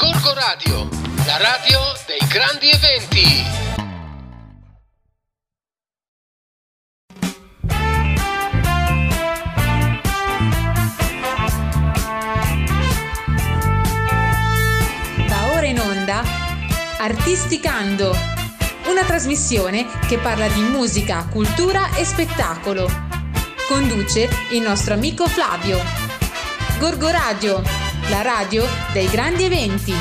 Gorgo Radio, la radio dei grandi eventi. Va ora in onda Artisticando, una trasmissione che parla di musica, cultura e spettacolo. Conduce il nostro amico Flavio. Gorgo Radio, la radio dei grandi eventi.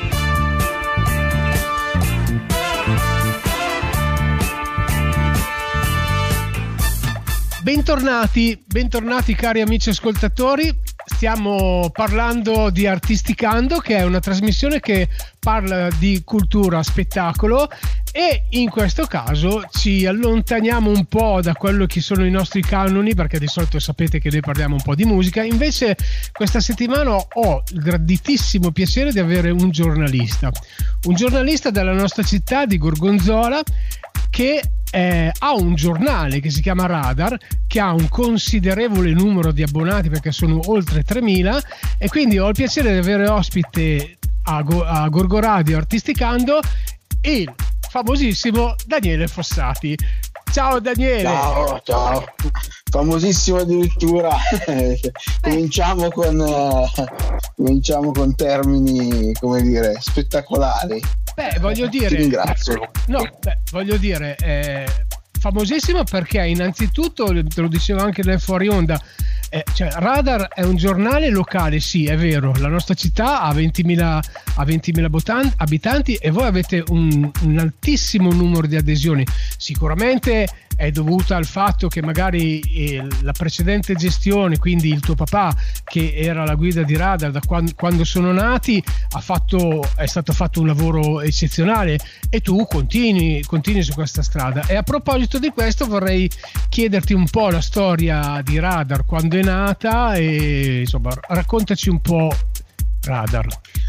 Bentornati cari amici ascoltatori. Stiamo parlando di Artisticando, che è una trasmissione che parla di cultura, spettacolo, e in questo caso ci allontaniamo un po' da quello che sono i nostri canoni, perché di solito sapete che noi parliamo un po' di musica. Invece questa settimana ho il grandissimo piacere di avere un giornalista della nostra città di Gorgonzola, che ha un giornale che si chiama Radar, che ha un considerevole numero di abbonati perché sono oltre 3.000, e quindi ho il piacere di avere ospite a Gorgo Radio Artisticando il famosissimo Daniele Fossati. Ciao Daniele. Ciao. Famosissimo addirittura. Cominciamo con termini, come dire, spettacolari. Voglio dire, ti ringrazio. Voglio dire, famosissimo perché innanzitutto, te lo dicevo anche nel fuori onda, cioè Radar è un giornale locale, sì, è vero, la nostra città ha 20.000 abitanti e voi avete un altissimo numero di adesioni. Sicuramente è dovuta al fatto che magari la precedente gestione, quindi il tuo papà che era la guida di Radar da quando sono nati, è stato fatto un lavoro eccezionale, e tu continui su questa strada. E a proposito di questo vorrei chiederti un po' la storia di Radar, quando è nata, e insomma raccontaci un po' Radar.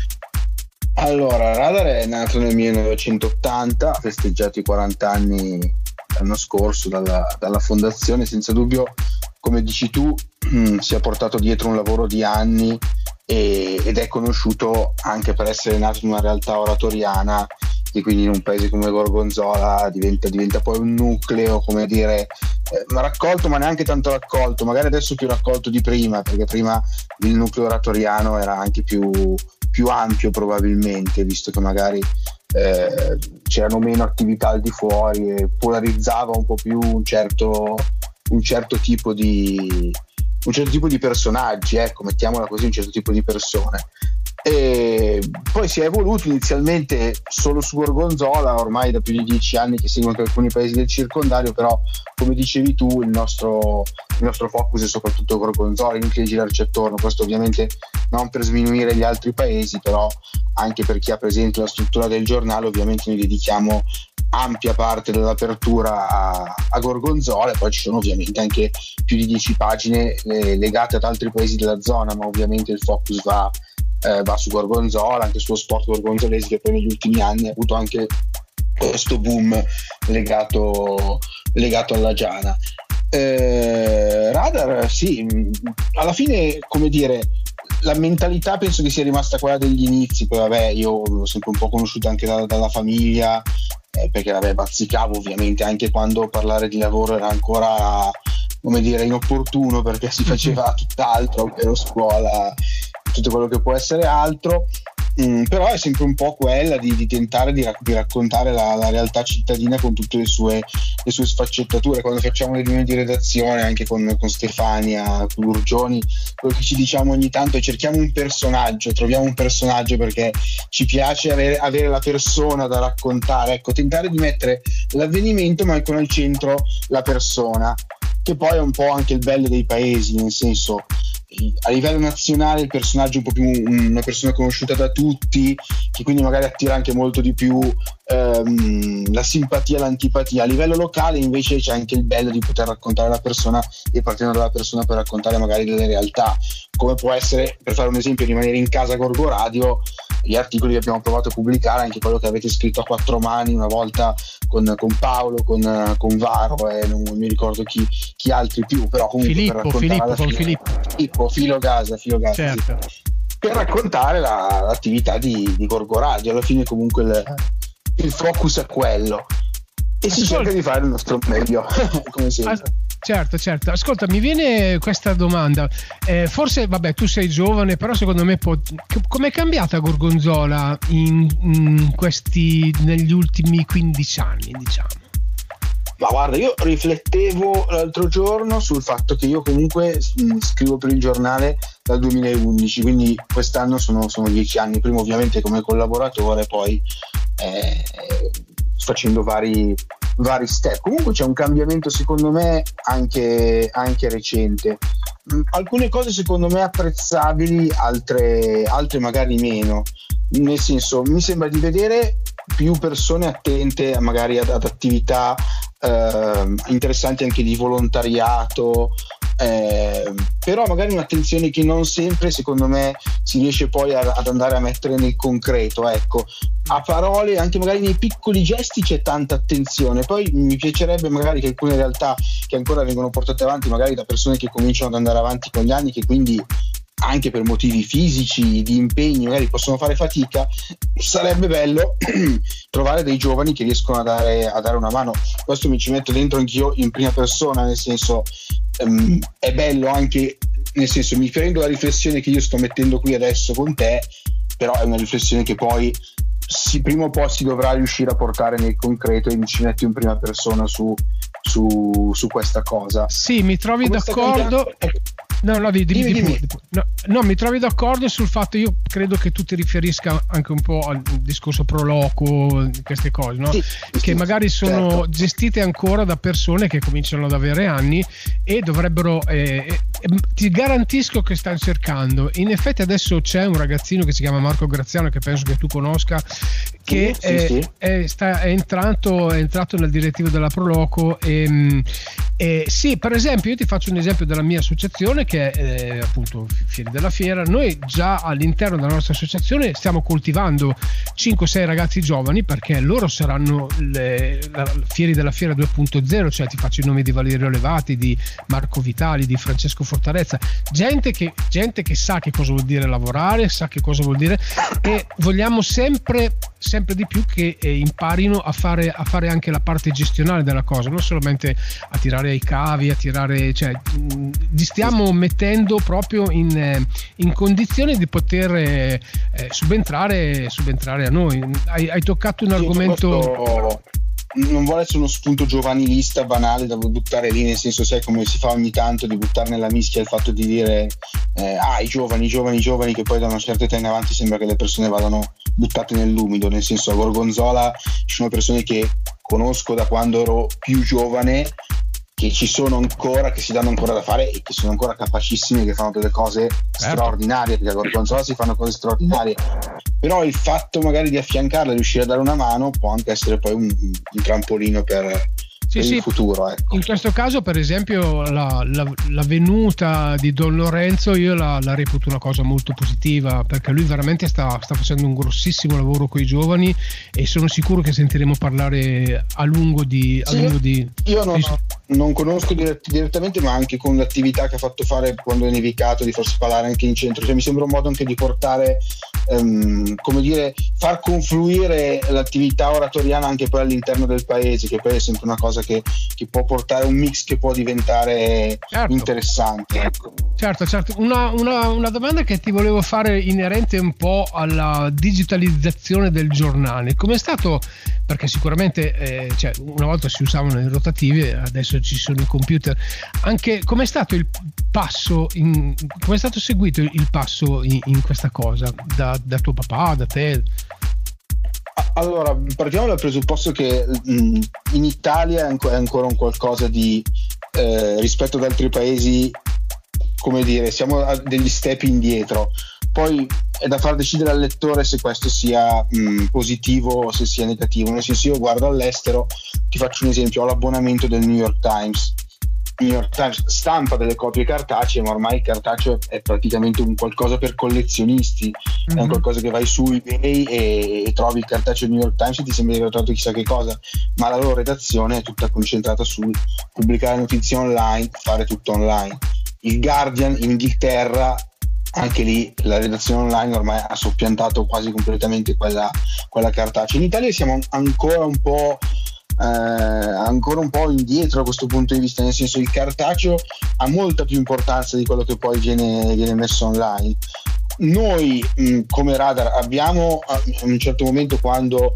Allora, Radar è nato nel 1980, ha festeggiato i 40 anni l'anno scorso dalla fondazione. Senza dubbio, come dici tu, si è portato dietro un lavoro di anni ed è conosciuto anche per essere nato in una realtà oratoriana, e quindi in un paese come Gorgonzola diventa poi un nucleo, come dire, raccolto, ma neanche tanto raccolto, magari adesso più raccolto di prima, perché prima il nucleo oratoriano era anche più ampio probabilmente, visto che magari c'erano meno attività al di fuori e polarizzava un po' più un certo tipo di personaggi, ecco, mettiamola così, un certo tipo di persone. E poi si è evoluto inizialmente solo su Gorgonzola, ormai da più di 10 anni che seguono anche alcuni paesi del circondario, però come dicevi tu il nostro focus è soprattutto Gorgonzola, inutile girarci attorno. Questo ovviamente non per sminuire gli altri paesi, però anche per chi ha presente la struttura del giornale, ovviamente noi dedichiamo ampia parte dell'apertura a Gorgonzola, e poi ci sono ovviamente anche più di 10 pagine legate ad altri paesi della zona, ma ovviamente il focus va su Gorgonzola, anche sullo sport gorgonzolese, che poi negli ultimi anni ha avuto anche questo boom legato alla Giana. Radar, sì, alla fine, come dire, la mentalità penso che sia rimasta quella degli inizi. Poi vabbè, io l'ho sempre un po' conosciuta anche dalla famiglia, perché vabbè, bazzicavo ovviamente anche quando parlare di lavoro era ancora, come dire, inopportuno, perché si faceva tutt'altro, ovvero scuola, tutto quello che può essere altro. Però è sempre un po' quella di tentare di raccontare la realtà cittadina con tutte le sue sfaccettature. Quando facciamo le riunioni di redazione anche con Stefania, con Urgioni, quello che ci diciamo ogni tanto è: cerchiamo un personaggio, troviamo un personaggio, perché ci piace avere la persona da raccontare, ecco, tentare di mettere l'avvenimento ma con al centro la persona, che poi è un po' anche il bello dei paesi, nel senso, a livello nazionale il personaggio è un po' più una persona conosciuta da tutti, che quindi magari attira anche molto di più la simpatia, l'antipatia. A livello locale invece c'è anche il bello di poter raccontare la persona, e partendo dalla persona per raccontare magari delle realtà, come può essere, per fare un esempio, rimanere in casa Gorgo Radio, gli articoli che abbiamo provato a pubblicare, anche quello che avete scritto a quattro mani una volta con Paolo, con Varo, e non mi ricordo chi altri più, però comunque Filippo. Filo Gasa, certo. sì. per raccontare l'attività di Gorgo Radio. Alla fine comunque il focus è quello e si cerca di fare il nostro meglio come sempre. Certo, ascolta, mi viene questa domanda, forse vabbè tu sei giovane, però secondo me com'è cambiata Gorgonzola negli ultimi 15 anni, diciamo? Ma guarda, io riflettevo l'altro giorno sul fatto che io comunque scrivo per il giornale dal 2011, quindi quest'anno sono 10 anni, prima ovviamente come collaboratore, poi facendo vari step. Comunque c'è un cambiamento secondo me anche recente, alcune cose secondo me apprezzabili, altre magari meno, nel senso mi sembra di vedere più persone attente magari ad attività interessanti anche di volontariato, però magari un'attenzione che non sempre secondo me si riesce poi ad andare a mettere nel concreto, ecco. A parole, anche magari nei piccoli gesti c'è tanta attenzione, poi mi piacerebbe magari che alcune realtà che ancora vengono portate avanti magari da persone che cominciano ad andare avanti con gli anni, che quindi anche per motivi fisici, di impegni, magari possono fare fatica, sarebbe bello trovare dei giovani che riescono a dare una mano. Questo mi ci metto dentro anch'io in prima persona, nel senso è bello anche, nel senso mi prendo la riflessione che io sto mettendo qui adesso con te, però è una riflessione che poi prima o poi si dovrà riuscire a portare nel concreto, e mi ci metto in prima persona su questa cosa. Sì, mi trovi d'accordo. No, dimmi. No, mi trovi d'accordo sul fatto, io credo che tu ti riferisca anche un po' al discorso pro loco, queste cose, no? Che magari sono gestite ancora da persone che cominciano ad avere anni e dovrebbero, ti garantisco che stanno cercando. In effetti adesso c'è un ragazzino che si chiama Marco Graziano, che penso che tu conosca, che è entrato nel direttivo della Pro Loco sì, per esempio io ti faccio un esempio della mia associazione, che è appunto Fieri della Fiera. Noi già all'interno della nostra associazione stiamo coltivando 5-6 ragazzi giovani, perché loro saranno Fieri della Fiera 2.0, cioè ti faccio i nomi di Valerio Levati, di Marco Vitali, di Francesco Fortalezza, gente che sa che cosa vuol dire lavorare, sa che cosa vuol dire, e vogliamo sempre di più che imparino a fare anche la parte gestionale della cosa, non solamente a tirare ai cavi, cioè li stiamo mettendo proprio in condizione di poter subentrare a noi. Hai toccato un argomento. Non vuole essere uno spunto giovanilista banale da buttare lì, nel senso, sai come si fa ogni tanto, di buttare nella mischia il fatto di dire i giovani, che poi da una certa età in avanti sembra che le persone vadano buttate nell'umido, nel senso, a Gorgonzola ci sono persone che conosco da quando ero più giovane, che ci sono ancora, che si danno ancora da fare e che sono ancora capacissimi, che fanno delle cose straordinarie, perché a Gorgonzola si fanno cose straordinarie, però il fatto magari di affiancarla, riuscire a dare una mano, può anche essere poi un trampolino per il futuro, ecco. In questo caso per esempio la venuta di Don Lorenzo io la reputo una cosa molto positiva, perché lui veramente sta facendo un grossissimo lavoro con i giovani, e sono sicuro che sentiremo parlare a lungo di io non conosco direttamente, ma anche con l'attività che ha fatto fare quando è nevicato, di farsi parlare anche in centro, cioè mi sembra un modo anche di portare come dire, far confluire l'attività oratoriana anche poi all'interno del paese, che poi è sempre una cosa che può portare un mix che può diventare interessante, ecco. Certo. Una domanda che ti volevo fare, inerente un po' alla digitalizzazione del giornale. Com'è stato, perché sicuramente cioè, una volta si usavano le rotative, adesso ci sono i computer, anche com'è stato il passo come è stato seguito il passo in questa cosa da tuo papà, da te? Allora, partiamo dal presupposto che in Italia è ancora un qualcosa di rispetto ad altri paesi, come dire, siamo a degli step indietro. Poi è da far decidere al lettore se questo sia positivo o se sia negativo. Nel senso, io guardo all'estero, ti faccio un esempio, ho l'abbonamento del New York Times stampa delle copie cartacee, ma ormai il cartaceo è praticamente un qualcosa per collezionisti, è un qualcosa che vai su eBay e trovi il cartaceo del New York Times e ti sembra di aver trovato chissà che cosa, ma la loro redazione è tutta concentrata sul pubblicare notizie online, fare tutto online. Il Guardian in Inghilterra anche lì la redazione online ormai ha soppiantato quasi completamente quella cartacea. In Italia siamo ancora un po' indietro da questo punto di vista, nel senso il cartaceo ha molta più importanza di quello che poi viene messo online. Noi come Radar abbiamo a un certo momento, quando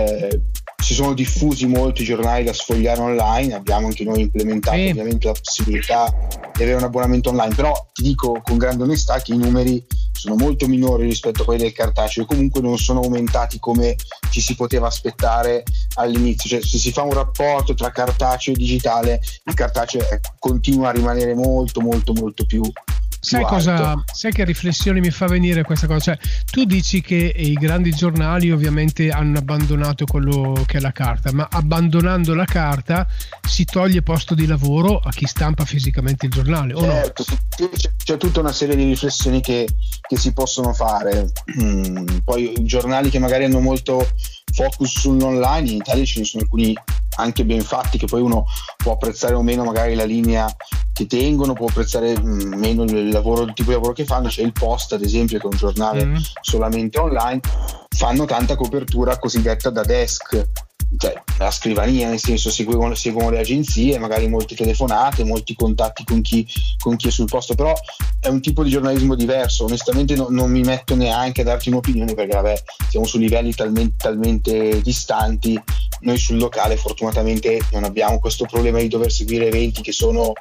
si sono diffusi molti giornali da sfogliare online, abbiamo anche noi implementato ovviamente la possibilità di avere un abbonamento online, però ti dico con grande onestà che i numeri sono molto minori rispetto a quelli del cartaceo e comunque non sono aumentati come ci si poteva aspettare all'inizio. Cioè, se si fa un rapporto tra cartaceo e digitale, il cartaceo continua a rimanere molto molto molto più Sai che riflessione mi fa venire questa cosa? Cioè, tu dici che i grandi giornali ovviamente hanno abbandonato quello che è la carta, ma abbandonando la carta si toglie posto di lavoro a chi stampa fisicamente il giornale, o certo, no? C'è tutta una serie di riflessioni che si possono fare. Poi giornali che magari hanno molto focus sull'online, in Italia ce ne sono alcuni anche ben fatti, che poi uno può apprezzare o meno magari la linea che tengono, può apprezzare meno il tipo di lavoro che fanno. C'è il Post, ad esempio, che è un giornale solamente online, fanno tanta copertura cosiddetta da desk, cioè la scrivania, nel senso seguono le agenzie, magari molte telefonate, molti contatti con chi è sul posto, però è un tipo di giornalismo diverso. Onestamente non mi metto neanche a darti un'opinione, perché vabbè, siamo su livelli talmente distanti. Noi sul locale fortunatamente non abbiamo questo problema di dover seguire eventi che sono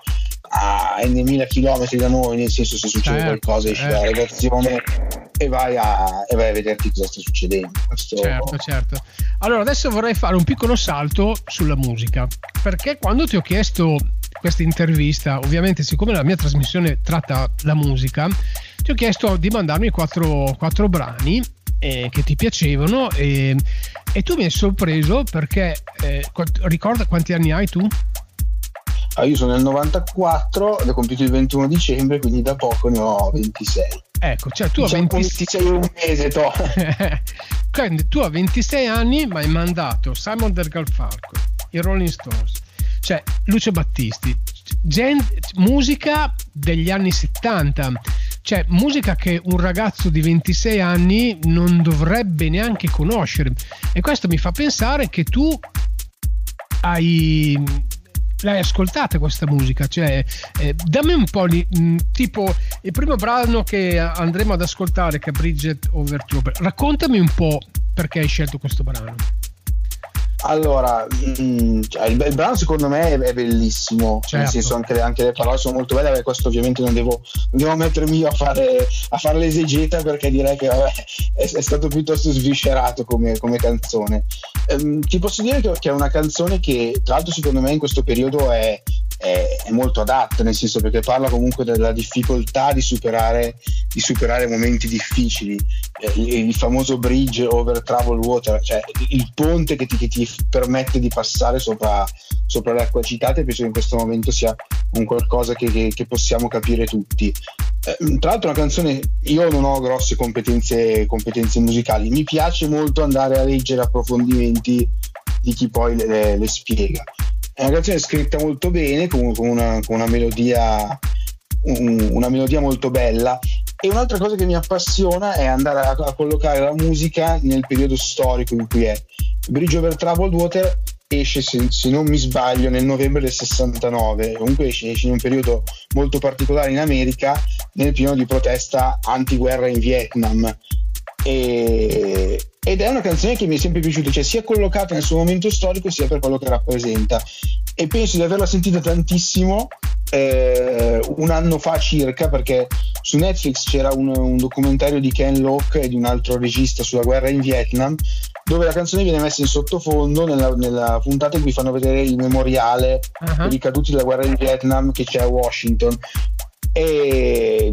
a n chilometri da noi, nel senso, se succede qualcosa esci dalla redazione e vai a vederti cosa sta succedendo. Certo. Allora adesso vorrei fare un piccolo salto sulla musica, perché quando ti ho chiesto questa intervista, ovviamente siccome la mia trasmissione tratta la musica, ti ho chiesto di mandarmi quattro brani che ti piacevano e tu mi hai sorpreso, perché ricorda quanti anni hai tu? Io sono nel 94, ho compiuto il 21 dicembre, quindi da poco ne ho 26. Ecco, cioè tu hai 26 un mese, Quindi tu a 26 anni mi hai mandato Simon del Garfunkel, i Rolling Stones, cioè Lucio Battisti, musica degli anni 70, cioè musica che un ragazzo di 26 anni non dovrebbe neanche conoscere, e questo mi fa pensare che tu l'hai ascoltata questa musica, cioè dammi un po' tipo il primo brano che andremo ad ascoltare, che è Bridget Over Trouble. Raccontami un po' perché hai scelto questo brano. Allora, il brano secondo me è bellissimo, certo. Nel senso anche le parole sono molto belle. Questo ovviamente non devo mettermi io a fare l'esegeta, perché direi che è stato piuttosto sviscerato come canzone. Ti posso dire che è una canzone che tra l'altro secondo me in questo periodo è molto adatta, nel senso, perché parla comunque della difficoltà di superare momenti difficili, il famoso bridge over troubled water, cioè il ponte che ti permette di passare sopra le acque agitate. Penso che in questo momento sia un qualcosa che possiamo capire tutti. Tra l'altro una canzone, io non ho grosse competenze musicali, mi piace molto andare a leggere approfondimenti di chi poi le spiega. È una canzone scritta molto bene, con una melodia molto bella. E un'altra cosa che mi appassiona è andare a collocare la musica nel periodo storico in cui è. Bridge Over Troubled Water esce, se non mi sbaglio, nel novembre del 69, comunque esce in un periodo molto particolare in America, nel pieno di protesta antiguerra in Vietnam, ed è una canzone che mi è sempre piaciuta, cioè sia collocata nel suo momento storico sia per quello che rappresenta, e penso di averla sentita tantissimo un anno fa circa, perché su Netflix c'era un documentario di Ken Loach e di un altro regista sulla guerra in Vietnam, dove la canzone viene messa in sottofondo nella puntata in cui fanno vedere il memoriale per i caduti della guerra in Vietnam che c'è a Washington, e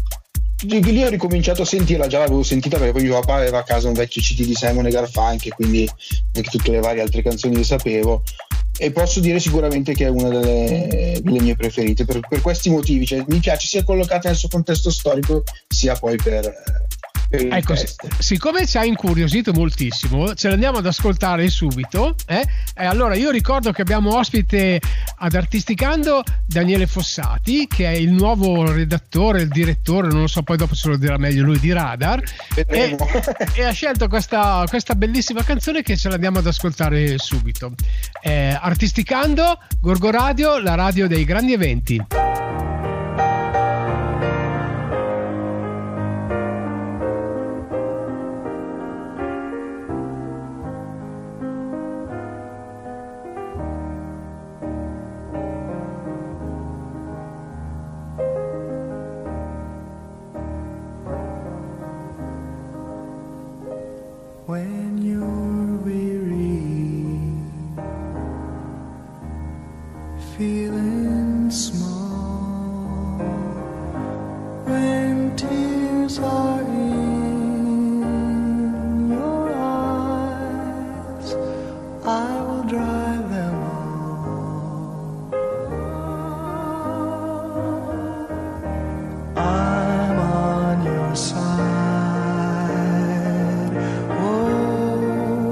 lì ho ricominciato a sentirla. Già l'avevo sentita perché poi mio papà aveva a casa un vecchio CD di Simon e Garfunkel, quindi anche tutte le varie altre canzoni le sapevo, e posso dire sicuramente che è una delle mie preferite per questi motivi, cioè mi piace sia collocata nel suo contesto storico sia poi per Ecco, siccome ci ha incuriosito moltissimo, ce l'andiamo ad ascoltare subito. Allora, io ricordo che abbiamo ospite ad Artisticando Daniele Fossati, che è il nuovo redattore, il direttore, non lo so, poi dopo ce lo dirà meglio lui, di Radar, e ha scelto questa bellissima canzone che ce l'andiamo ad ascoltare subito. Artisticando, Gorgo Radio, la radio dei grandi eventi. When you're weary, feeling small, when tears are in your eyes, I will dry them all. I'm on your side. Oh,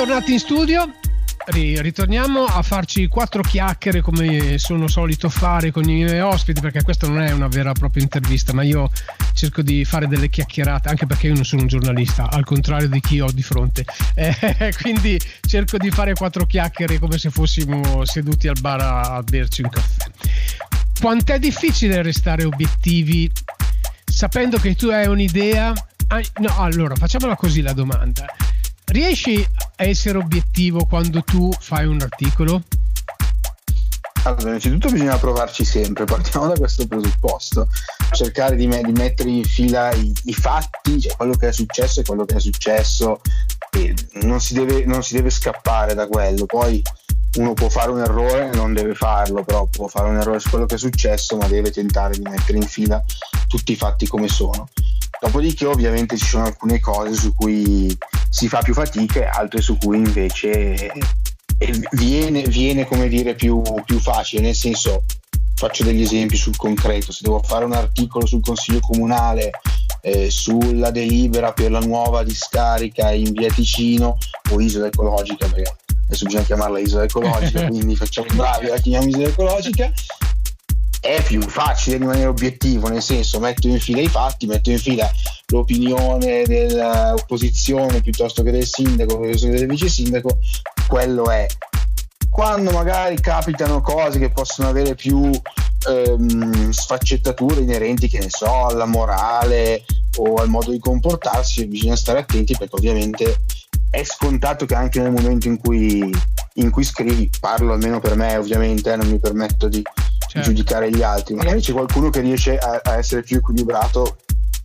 bentornati in studio. Ritorniamo a farci 4 chiacchiere come sono solito fare con i miei ospiti, perché questa non è una vera e propria intervista, ma io cerco di fare delle chiacchierate, anche perché io non sono un giornalista, al contrario di chi ho di fronte, quindi cerco di fare 4 chiacchiere come se fossimo seduti al bar a berci un caffè. Quant'è difficile restare obiettivi sapendo che tu hai un'idea? No, allora facciamola così la domanda: riesci a essere obiettivo quando tu fai un articolo? Allora, innanzitutto bisogna provarci sempre, partiamo da questo presupposto, cercare di mettere in fila i fatti, cioè quello che è successo è quello che è successo, e non si deve scappare da quello. Poi uno può fare un errore, non deve farlo, però può fare un errore su quello che è successo, ma deve tentare di mettere in fila tutti i fatti come sono. Dopodiché ovviamente ci sono alcune cose su cui si fa più fatica e altre su cui invece viene come dire più facile, nel senso, faccio degli esempi sul concreto: se devo fare un articolo sul Consiglio Comunale sulla delibera per la nuova discarica in via Ticino o isola ecologica, perché adesso bisogna chiamarla isola ecologica, quindi facciamo bravi, la chiamiamo isola ecologica, è più facile rimanere obiettivo, nel senso, metto in fila i fatti, metto in fila l'opinione dell'opposizione piuttosto che del sindaco, piuttosto che del vice sindaco. Quello è. Quando magari capitano cose che possono avere più sfaccettature inerenti, che ne so, alla morale o al modo di comportarsi, bisogna stare attenti, perché ovviamente è scontato che anche nel momento in cui scrivi, parlo almeno per me ovviamente, non mi permetto di giudicare gli altri, magari c'è qualcuno che riesce a essere più equilibrato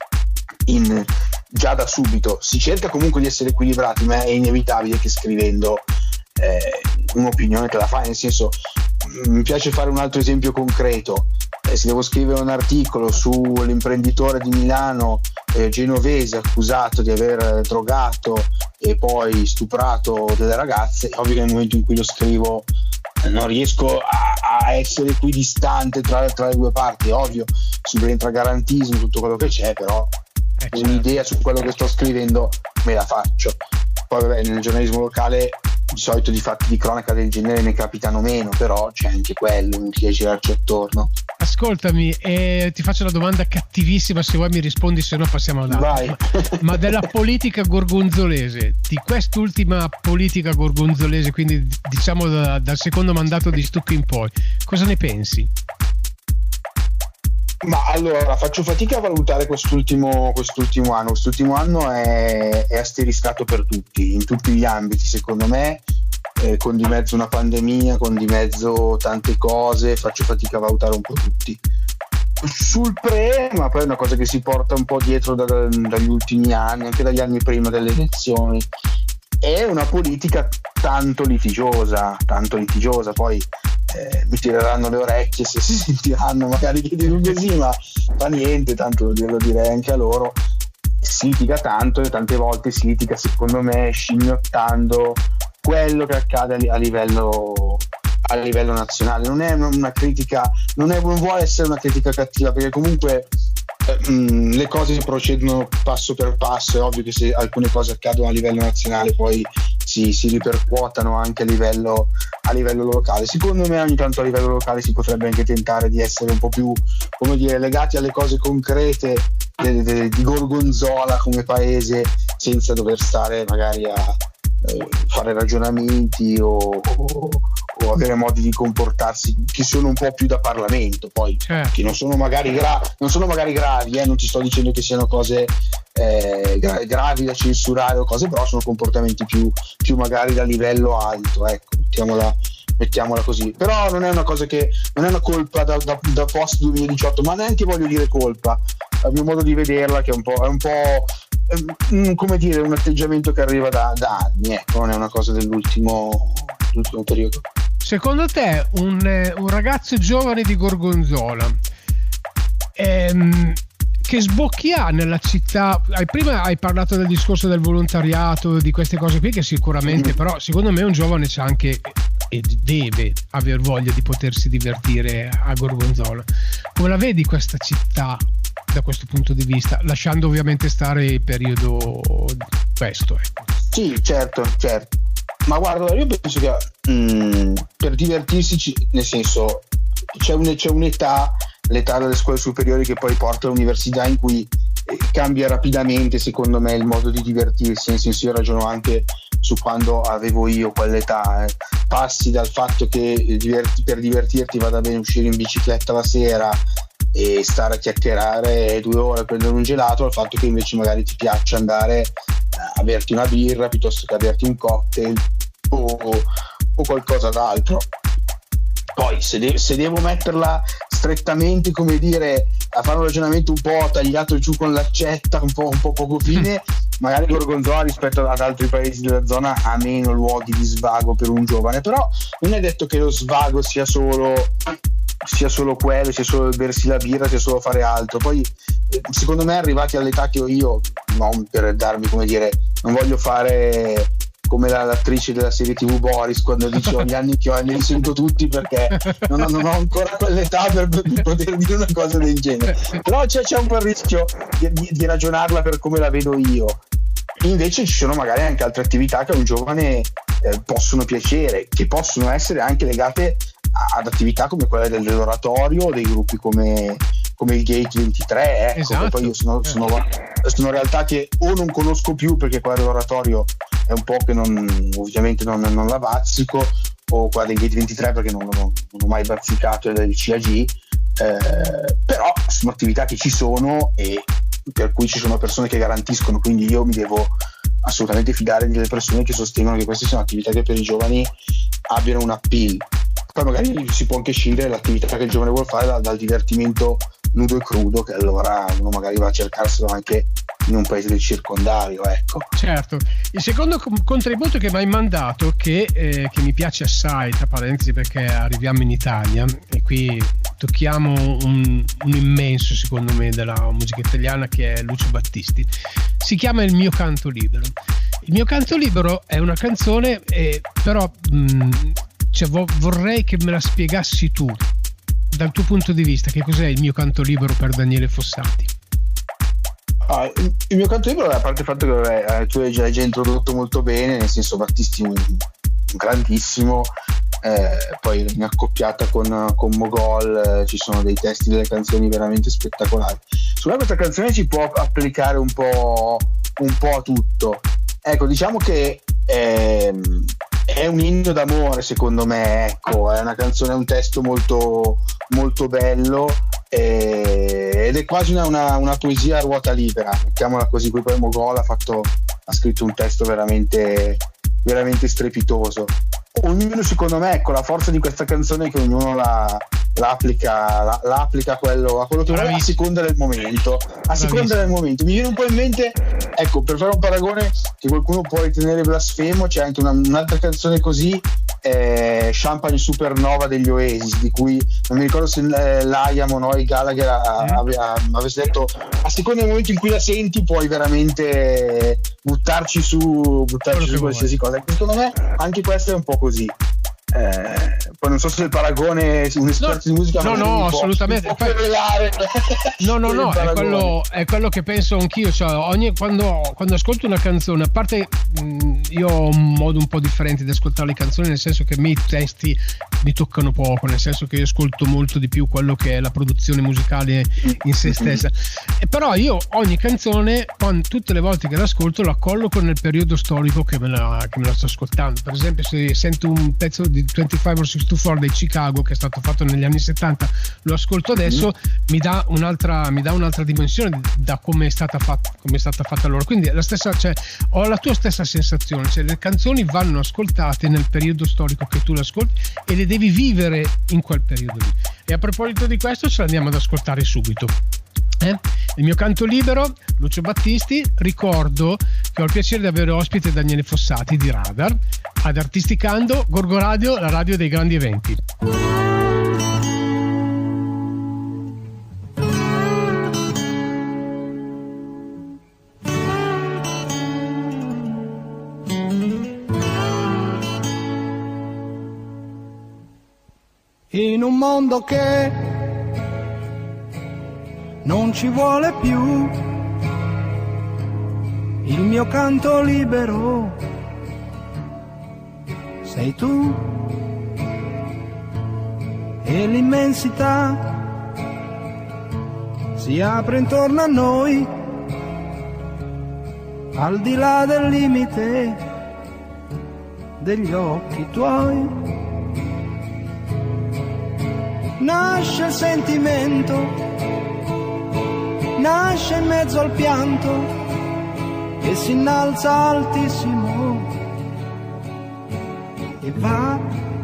già da subito. Si cerca comunque di essere equilibrati, ma è inevitabile che scrivendo un'opinione te la fai, nel senso, mi piace fare un altro esempio concreto: se devo scrivere un articolo sull'imprenditore di Milano genovese accusato di aver drogato e poi stuprato delle ragazze, è ovvio che nel momento in cui lo scrivo non riesco a essere equidistante tra le due parti. È ovvio, subentra garantismo, tutto quello che c'è, però un'idea su quello che sto scrivendo me la faccio. Poi vabbè, nel giornalismo locale di solito di fatti di cronaca del genere ne capitano meno, però c'è anche quello, non riesci a girarci attorno. Ascoltami, ti faccio una domanda cattivissima, se vuoi mi rispondi, se no passiamo ad altro. Vai. Ma della politica gorgonzolese, di quest'ultima politica gorgonzolese, quindi diciamo dal secondo mandato di Stucco in poi, cosa ne pensi? Ma allora, faccio fatica a valutare quest'ultimo anno. Quest'ultimo anno è asteriscato per tutti, in tutti gli ambiti, secondo me, con di mezzo una pandemia, con di mezzo tante cose, faccio fatica a valutare un po' tutti. Sul ma poi è una cosa che si porta un po' dietro dagli ultimi anni, anche dagli anni prima delle elezioni, è una politica tanto litigiosa, poi mi tireranno le orecchie se si sentiranno magari che dico così, ma fa niente, tanto lo direi anche a loro. Si litiga tanto e tante volte si litiga, secondo me, scimmiottando quello che accade a livello nazionale. Non è una critica, non vuole essere una critica cattiva, perché comunque le cose procedono passo per passo. È ovvio che se alcune cose accadono a livello nazionale poi si ripercuotano anche a livello locale. Secondo me ogni tanto a livello locale si potrebbe anche tentare di essere un po' più, come dire, legati alle cose concrete di Gorgonzola come paese, senza dover stare magari a fare ragionamenti o avere modi di comportarsi che sono un po' più da Parlamento, poi che non sono magari gravi, non ti sto dicendo che siano cose gravi da censurare o cose, però sono comportamenti più magari da livello alto, ecco, mettiamola così. Però non è una cosa che non è una colpa da post 2018, ma neanche voglio dire colpa, a mio modo di vederla, che è un po' come dire, un atteggiamento che arriva da anni, ecco, non è una cosa dell'ultimo periodo. Secondo te un ragazzo giovane di Gorgonzola che sbocchi ha nella città? Prima hai parlato del discorso del volontariato, di queste cose qui, che sicuramente, però secondo me un giovane c'ha anche e deve aver voglia di potersi divertire a Gorgonzola. Come la vedi questa città da questo punto di vista, lasciando ovviamente stare il periodo questo, ecco? Sì, certo. Ma guarda, io penso che per divertirsi, nel senso, c'è un'età, l'età delle scuole superiori, che poi porta all'università, in cui cambia rapidamente, secondo me, il modo di divertirsi. Nel senso, io ragiono anche su quando avevo io quell'età. Passi dal fatto che per divertirti vada bene uscire in bicicletta la sera e stare a chiacchierare 2 ore a prendere un gelato, al fatto che invece magari ti piaccia andare a berti una birra piuttosto che a berti un cocktail o qualcosa d'altro. Poi se devo metterla strettamente, come dire, a fare un ragionamento un po' tagliato giù con l'accetta, un po' poco fine, magari Gorgonzola rispetto ad altri paesi della zona ha meno luoghi di svago per un giovane, però non è detto che lo svago sia solo quello, sia solo bersi la birra, sia solo fare altro. Poi secondo me, arrivati all'età che ho io, non per darmi, come dire, non voglio fare come l'attrice della serie TV Boris, quando dice ho gli anni che ho, li sento tutti, perché non ho ancora quell'età per poter dire una cosa del genere. Però c'è un po' il rischio di ragionarla per come la vedo io. Invece ci sono magari anche altre attività che a un giovane possono piacere, che possono essere anche legate ad attività come quella dell'oratorio, o dei gruppi come il Gate 23, ecco. Esatto. Poi io sono realtà che o non conosco più, perché quella dell'oratorio è un po' che ovviamente non la bazzico, o quella del Gate 23 perché non ho mai bazzicato del CAG, però sono attività che ci sono e per cui ci sono persone che garantiscono, quindi io mi devo assolutamente fidare delle persone che sostengono che queste siano attività che per i giovani abbiano un appeal. Poi magari si può anche scindere l'attività che il giovane vuole fare dal divertimento nudo e crudo, che allora uno magari va a cercarselo anche in un paese del circondario, ecco. Certo. Il secondo contributo che mi hai mandato, che mi piace assai, tra parentesi, perché arriviamo in Italia e qui tocchiamo un immenso, secondo me, della musica italiana, che è Lucio Battisti. Si chiama Il mio canto libero. Il mio canto libero è una canzone, però vorrei che me la spiegassi tu, dal tuo punto di vista, che cos'è il mio canto libero per Daniele Fossati. Il mio canto libero, a parte il fatto che tu hai già introdotto molto bene, nel senso, Battisti un grandissimo, poi in accoppiata con Mogol ci sono dei testi delle canzoni veramente spettacolari. Su questa canzone si può applicare un po' a tutto. Ecco, diciamo che è un inno d'amore, secondo me, ecco. È una canzone, è un testo molto, molto bello, ed è quasi una poesia a ruota libera, mettiamola così. Poi Mogol ha scritto un testo veramente, veramente strepitoso. Ognuno, secondo me, ecco, la forza di questa canzone è che ognuno la applica a quello che vuole, a seconda del momento. Mi viene un po' in mente, ecco, per fare un paragone che qualcuno può ritenere blasfemo, c'è anche un'altra canzone così, Champagne Supernova degli Oasis, di cui non mi ricordo se Liam o Noel Gallagher avesse detto a seconda del momento in cui la senti puoi veramente buttarci su qualsiasi cosa. Secondo me anche questo è un po' così. Poi non so se il paragone, un esperto di musica, no, assolutamente. No, è quello che penso anch'io. Cioè, quando ascolto una canzone, a parte io ho un modo un po' differente di ascoltare le canzoni, nel senso che i miei testi mi toccano poco, nel senso che io ascolto molto di più quello che è la produzione musicale in se stessa. E però io ogni canzone, tutte le volte che l'ascolto, la colloco nel periodo storico che me la sto ascoltando. Per esempio, se sento un pezzo di 25 or 64 dei Chicago che è stato fatto negli anni 70, lo ascolto adesso, mi dà un'altra dimensione da come è stata fatta loro. Quindi la stessa, cioè, ho la tua stessa sensazione, cioè le canzoni vanno ascoltate nel periodo storico che tu le ascolti e le devi vivere in quel periodo lì. E a proposito di questo, ce l'andiamo ad ascoltare subito. Il mio canto libero, Lucio Battisti. Ricordo che ho il piacere di avere ospite Daniele Fossati di Radar ad Artisticando, Gorgo Radio, la radio dei grandi eventi. In un mondo che non ci vuole più, il mio canto libero sei tu e l'immensità si apre intorno a noi, al di là del limite degli occhi tuoi. Nasce il sentimento, nasce in mezzo al pianto e si innalza altissimo e va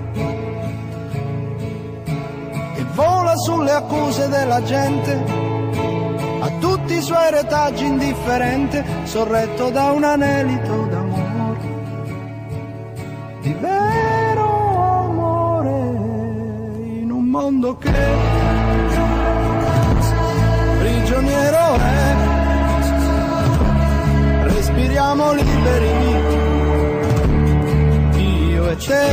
e vola sulle accuse della gente, a tutti i suoi retaggi indifferente, sorretto da un anelito d'amore, di vero amore, in un mondo che prigioniero è. Respiriamo liberi, io e te,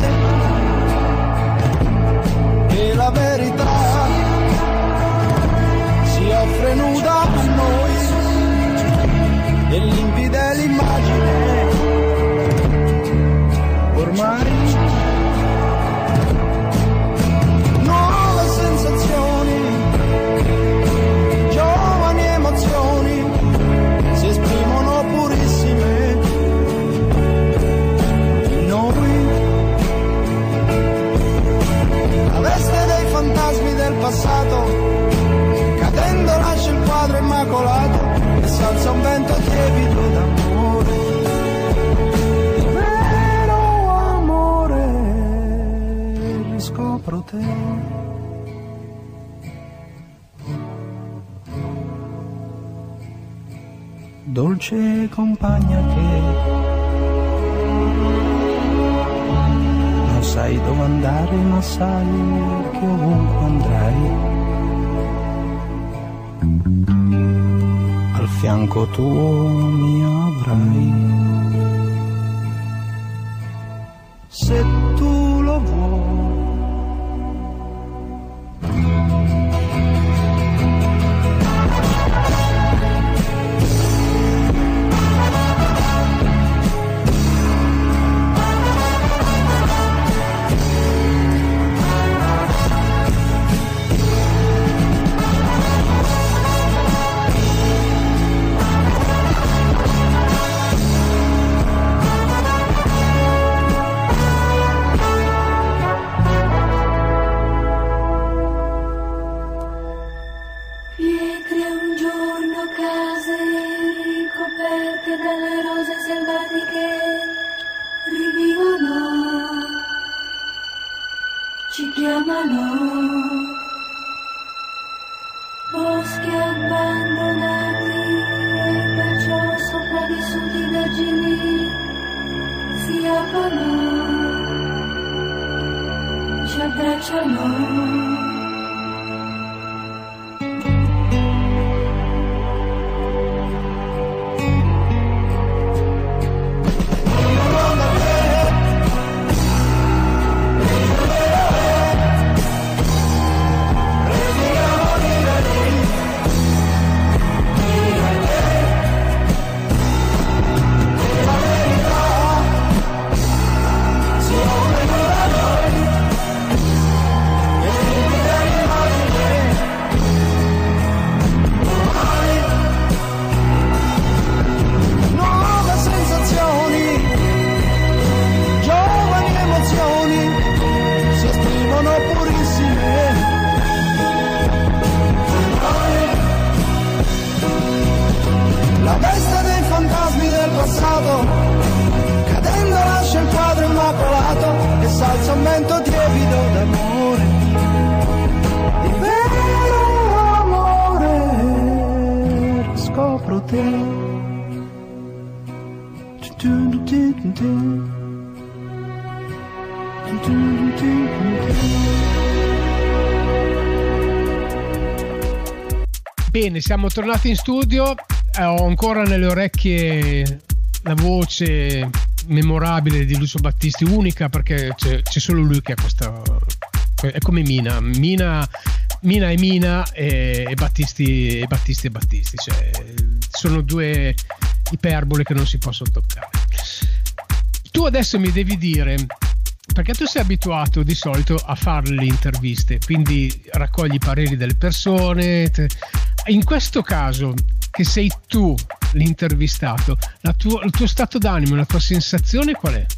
e la verità si offre nuda a noi, e limpida è l'immagine, ormai nuove sensazioni, giovani emozioni si esprimono purissime in noi. La veste dei fantasmi del passato cadendo lascia il quadro immacolato e s'alza un vento tiepido d'amore, vero amore, riscopro te. Dolce compagna che non sai dove andare, ma sai che ovunque andrai al fianco tuo mi avrai, se tu lo vuoi. Boschi abbandonati e perciò sopravvissuti vergini si aprono, ci abbracciano. Cadendo lascia il quadro immacolato e s'alza un vento tiepido d'amore, di vero amore, riscopro te. Bene, siamo tornati in studio. Ho ancora nelle orecchie la voce memorabile di Lucio Battisti, unica, perché c'è solo lui che ha questa, è come Mina è Mina e Battisti è Battisti, cioè sono due iperbole che non si possono toccare. Tu adesso mi devi dire perché tu sei abituato di solito a fare le interviste, quindi raccogli i pareri delle persone. In questo caso, che sei tu l'intervistato, il tuo stato d'animo, la tua sensazione qual è?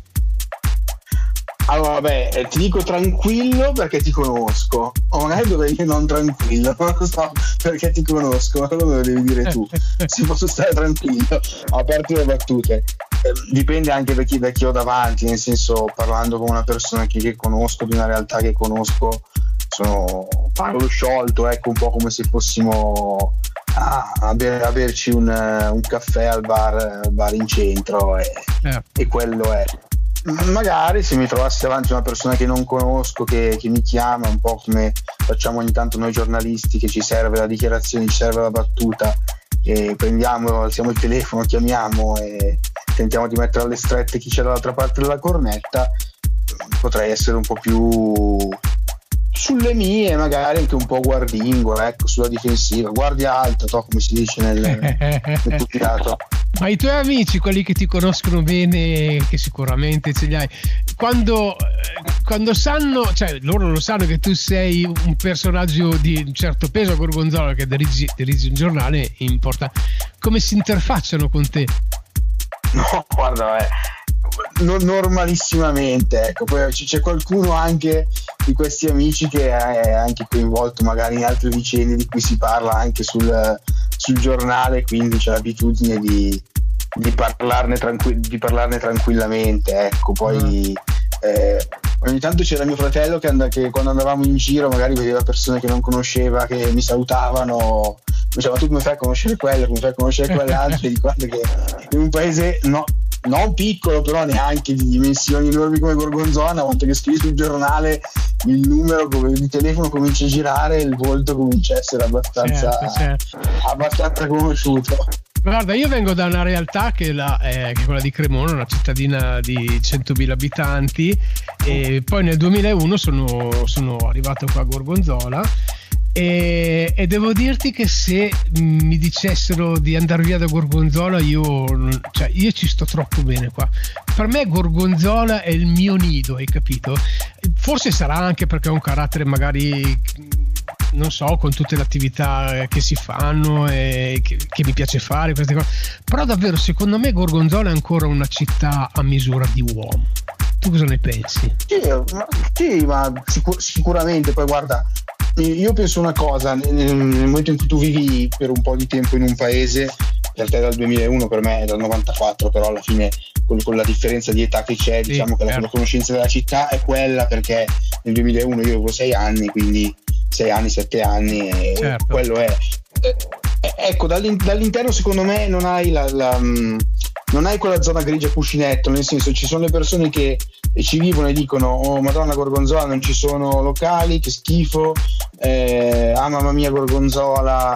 Allora, vabbè, ti dico tranquillo perché ti conosco, o magari dovrei dire non tranquillo, non lo so, perché ti conosco, quello me lo devi dire tu. Si posso stare tranquillo, a parte le battute. Dipende anche da chi ho davanti, nel senso, parlando con una persona che conosco, di una realtà che conosco, parlo sciolto, ecco, un po' come se fossimo a berci un caffè al bar in centro, e quello è. Magari se mi trovassi davanti a una persona che non conosco, che mi chiama, un po' come facciamo ogni tanto noi giornalisti, che ci serve la dichiarazione, ci serve la battuta, e alziamo il telefono, chiamiamo e tentiamo di mettere alle strette chi c'è dall'altra parte della cornetta, potrei essere un po' più sulle mie, magari anche un po' guardingo, ecco, sulla difensiva, guardia alta, come si dice nel pugilato. Ma i tuoi amici, quelli che ti conoscono bene, che sicuramente ce li hai, quando sanno, cioè loro lo sanno che tu sei un personaggio di un certo peso a Gorgonzola, che dirigi un giornale importante, come si interfacciano con te? No, guarda, normalissimamente, ecco. Poi c'è qualcuno anche di questi amici che è anche coinvolto magari in altre vicende di cui si parla anche sul giornale, quindi c'è l'abitudine di parlarne tranquillamente, ecco. Poi ogni tanto c'era mio fratello che quando andavamo in giro magari vedeva persone che non conosceva, che mi salutavano, mi diceva: tu come fai a conoscere quello, come fai a conoscere quell'altro? E di guarda che in un paese non piccolo, però neanche di dimensioni enormi come Gorgonzola, una volta che scrivi sul giornale il numero di telefono comincia a girare, il volto comincia a essere abbastanza conosciuto. Guarda, io vengo da una realtà che è quella di Cremona, una cittadina di 100.000 abitanti, e poi nel 2001 sono arrivato qua a Gorgonzola, e devo dirti che se mi dicessero di andare via da Gorgonzola, io ci sto troppo bene qua. Per me Gorgonzola è il mio nido, hai capito? Forse sarà anche perché ho un carattere magari, non so, con tutte le attività che si fanno e che mi piace fare queste cose, però davvero secondo me Gorgonzola è ancora una città a misura di uomo. Tu cosa ne pensi? Sì, ma sicuramente. Poi guarda, io penso una cosa: nel momento in cui tu vivi per un po' di tempo in un paese, per te dal 2001, per me è dal 94, però alla fine con la differenza di età che c'è, diciamo che la conoscenza della città è quella, perché nel 2001 io avevo 6 anni, quindi 6 anni, 7 anni, e certo, quello è. Ecco, dall'interno secondo me non hai non hai quella zona grigia cuscinetto, nel senso, ci sono le persone che ci vivono e dicono: oh Madonna, Gorgonzola non ci sono locali, che schifo, mamma mia Gorgonzola,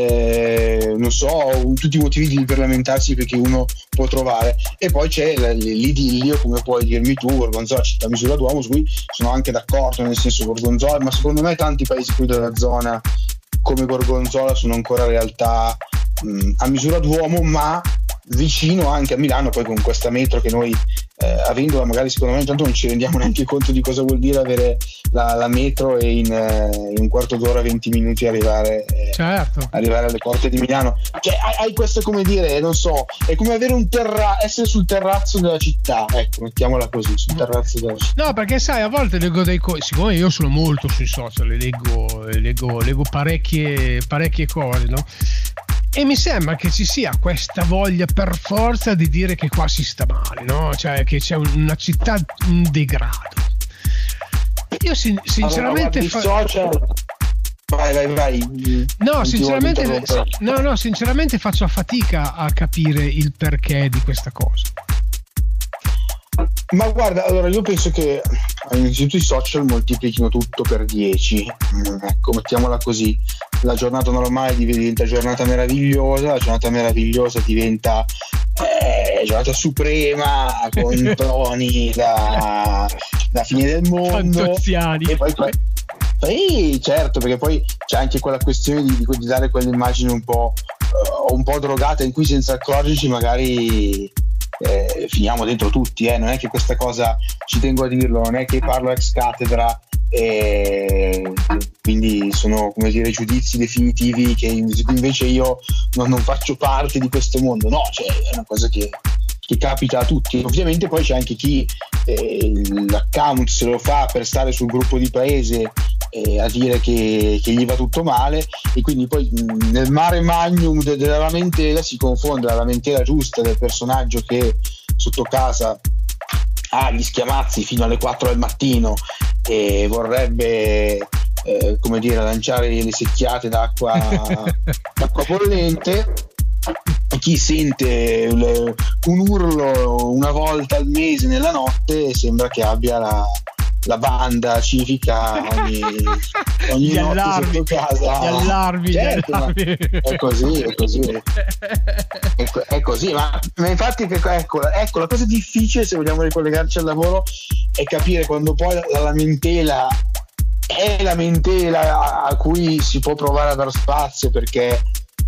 non so, tutti i motivi per lamentarsi perché uno può trovare. E poi c'è l'idillio, come puoi dirmi tu, Gorgonzola città a misura d'uomo, su cui sono anche d'accordo, nel senso, Gorgonzola, ma secondo me tanti paesi qui della zona come Gorgonzola sono ancora realtà a misura d'uomo, ma vicino anche a Milano. Poi con questa metro che noi avendola, magari secondo me intanto non ci rendiamo neanche conto di cosa vuol dire avere la metro e in un quarto d'ora, 20 minuti arrivare alle porte di Milano. Cioè hai questo, come dire, non so, è come avere essere sul terrazzo della città, ecco, mettiamola così, sul terrazzo della città. No, perché sai, a volte leggo siccome io sono molto sui social, leggo parecchie cose, no? E mi sembra che ci sia questa voglia per forza di dire che qua si sta male, no? Cioè che c'è una città in degrado. Io sinceramente Vai. No, sinceramente faccio fatica a capire il perché di questa cosa. Ma guarda, allora io penso che innanzitutto i social moltiplichino tutto per 10, ecco, mettiamola così. La giornata normale diventa giornata meravigliosa, la giornata meravigliosa diventa giornata suprema, con toni da fine del mondo. Fantoziani. E poi certo, perché poi c'è anche quella questione di dare quell'immagine un po' drogata, in cui senza accorgerci magari finiamo dentro tutti, non è che questa cosa, ci tengo a dirlo, non è che parlo ex cattedra e quindi sono, come dire, giudizi definitivi che invece io non faccio parte di questo mondo, no, cioè è una cosa che capita a tutti. Ovviamente poi c'è anche chi l'account se lo fa per stare sul gruppo di paese a dire che gli va tutto male, e quindi poi nel mare magnum della lamentela si confonde la lamentela giusta del personaggio che sotto casa ha gli schiamazzi fino alle 4 del mattino e vorrebbe come dire, lanciare le secchiate d'acqua bollente, chi sente un urlo una volta al mese nella notte sembra che abbia la banda civica ogni notte allarmi, sotto casa. Gli allarmi, certo, gli allarmi. È così, ma infatti ecco, la cosa difficile, se vogliamo ricollegarci al lavoro, è capire quando poi la lamentela è lamentela a cui si può provare a dar spazio, perché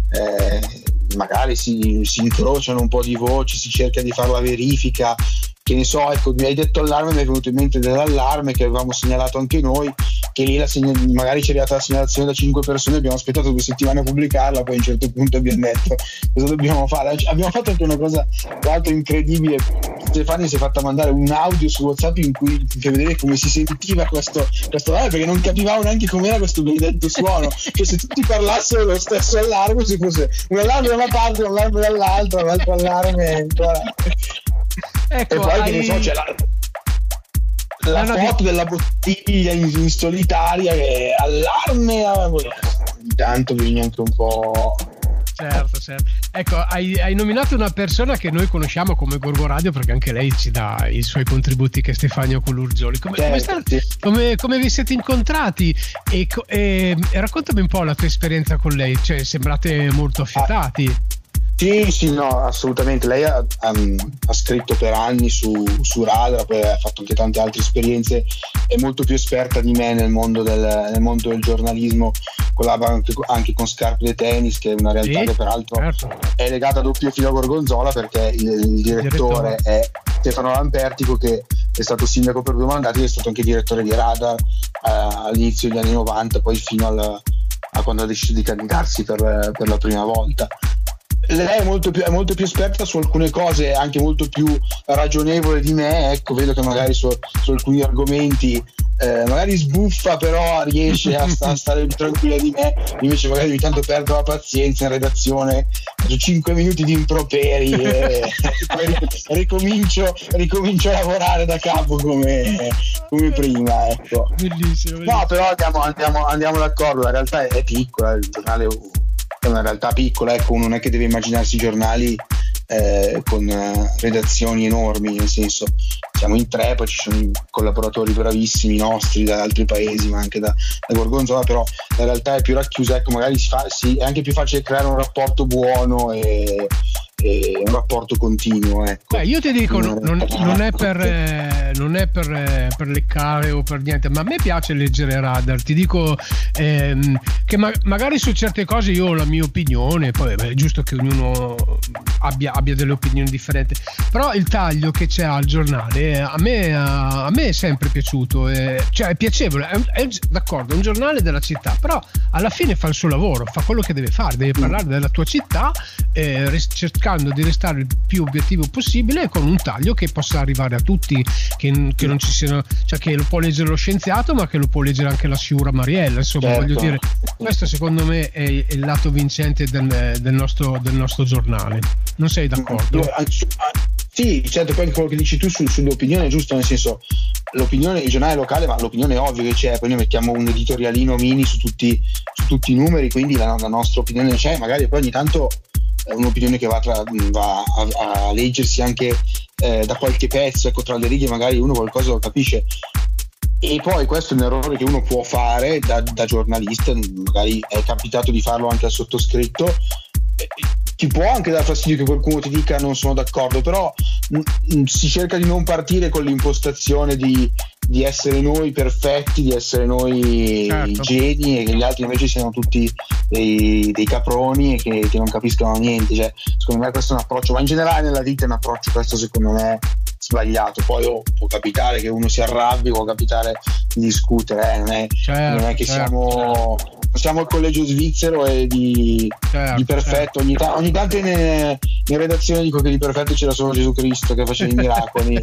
magari si incrociano un po' di voci, si cerca di fare la verifica, che ne so, ecco, mi hai detto allarme, mi è venuto in mente dell'allarme che avevamo segnalato anche noi, che lì magari ci è arrivata la segnalazione da 5 persone, abbiamo aspettato 2 settimane a pubblicarla, poi a un certo punto abbiamo detto cosa dobbiamo fare. Abbiamo fatto anche una cosa tra l'altro incredibile, Stefania si è fatta mandare un audio su WhatsApp in cui per vedere come si sentiva questo allarme, perché non capivamo neanche com'era questo benedetto suono, che se tutti parlassero lo stesso allarme, se fosse un allarme da una parte, un allarme dall'altra, un altro allarme ancora. Ecco, e poi che ne so, c'è la foto della bottiglia in solitaria che allarme, intanto bisogna anche un po'. Certo. Ecco, hai nominato una persona che noi conosciamo come Gorgo Radio, perché anche lei ci dà i suoi contributi, che è Stefania Colurgioli. Come vi siete incontrati? E raccontami un po' la tua esperienza con lei, cioè sembrate molto affiatati. Sì, no, assolutamente. Lei ha scritto per anni su Radar, poi ha fatto anche tante altre esperienze, è molto più esperta di me nel mondo del giornalismo, collabora anche con Scarpe de Tennis, che è una realtà che peraltro è legata a doppio filo a Gorgonzola, perché il direttore è Stefano Lampertico, che è stato sindaco per 2 mandati, è stato anche direttore di Radar all'inizio degli anni 90, poi fino a quando ha deciso di candidarsi per la prima volta. Lei è molto più esperta su alcune cose, anche molto più ragionevole di me, ecco, vedo che magari su alcuni argomenti magari sbuffa, però riesce a stare più tranquilla di me, invece magari ogni tanto perdo la pazienza in redazione, faccio 5 minuti di improperi e ricomincio a lavorare da capo come prima, ecco. Bellissimo. No, però andiamo d'accordo, la realtà è piccola, il giornale è una realtà piccola, ecco, uno non è che deve immaginarsi i giornali con redazioni enormi, nel senso siamo in 3, poi ci sono i collaboratori bravissimi nostri da altri paesi, ma anche da Gorgonzola, però la realtà è più racchiusa, ecco, magari è anche più facile creare un rapporto buono e un rapporto continuo, ecco. Io ti dico, non è per leccare o per niente, ma a me piace leggere Radar, ti dico che magari su certe cose io ho la mia opinione, poi è giusto che ognuno abbia delle opinioni differenti, però il taglio che c'è al giornale a me è sempre piaciuto, cioè è piacevole, è d'accordo, è un giornale della città, però alla fine fa il suo lavoro, fa quello che deve fare, deve parlare della tua città, cercando di restare il più obiettivo possibile, con un taglio che possa arrivare a tutti, che non ci siano, cioè che lo può leggere lo scienziato, ma che lo può leggere anche la Siura Mariella, insomma, certo. Voglio dire, questo secondo me è il lato vincente del nostro giornale. Non sei d'accordo? Sì, certo, poi quello che dici tu sull'opinione è giusto, nel senso, l'opinione, il giornale locale, ma l'opinione è ovvio che c'è, poi noi mettiamo un editorialino mini su tutti i numeri, quindi la nostra opinione c'è, magari poi ogni tanto è un'opinione che va a leggersi anche da qualche pezzo, ecco, tra le righe magari uno qualcosa lo capisce, e poi questo è un errore che uno può fare da giornalista, magari è capitato di farlo anche al sottoscritto, ci può anche dar fastidio che qualcuno ti dica non sono d'accordo, però si cerca di non partire con l'impostazione di essere noi perfetti, di essere noi i geni e che gli altri invece siano tutti dei caproni e che non capiscano niente. Cioè, secondo me questo è un approccio, ma in generale nella vita è un approccio questo secondo me sbagliato. Poi può capitare che uno si arrabbi, può capitare di discutere, non è che siamo al collegio svizzero e di perfetto. Ogni tanto in redazione dico che di perfetto c'era solo Gesù Cristo che faceva i miracoli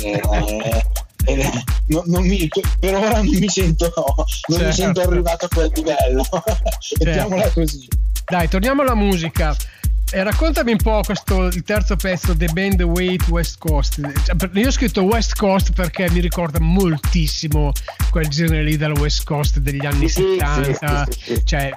per ora non mi sento arrivato a quel livello. Mettiamola così. Dai, torniamo alla musica. Raccontami un po' il terzo pezzo, The Band Wait West Coast. Io ho scritto West Coast perché mi ricorda moltissimo quel genere lì della West Coast degli anni 70. Sì. Cioè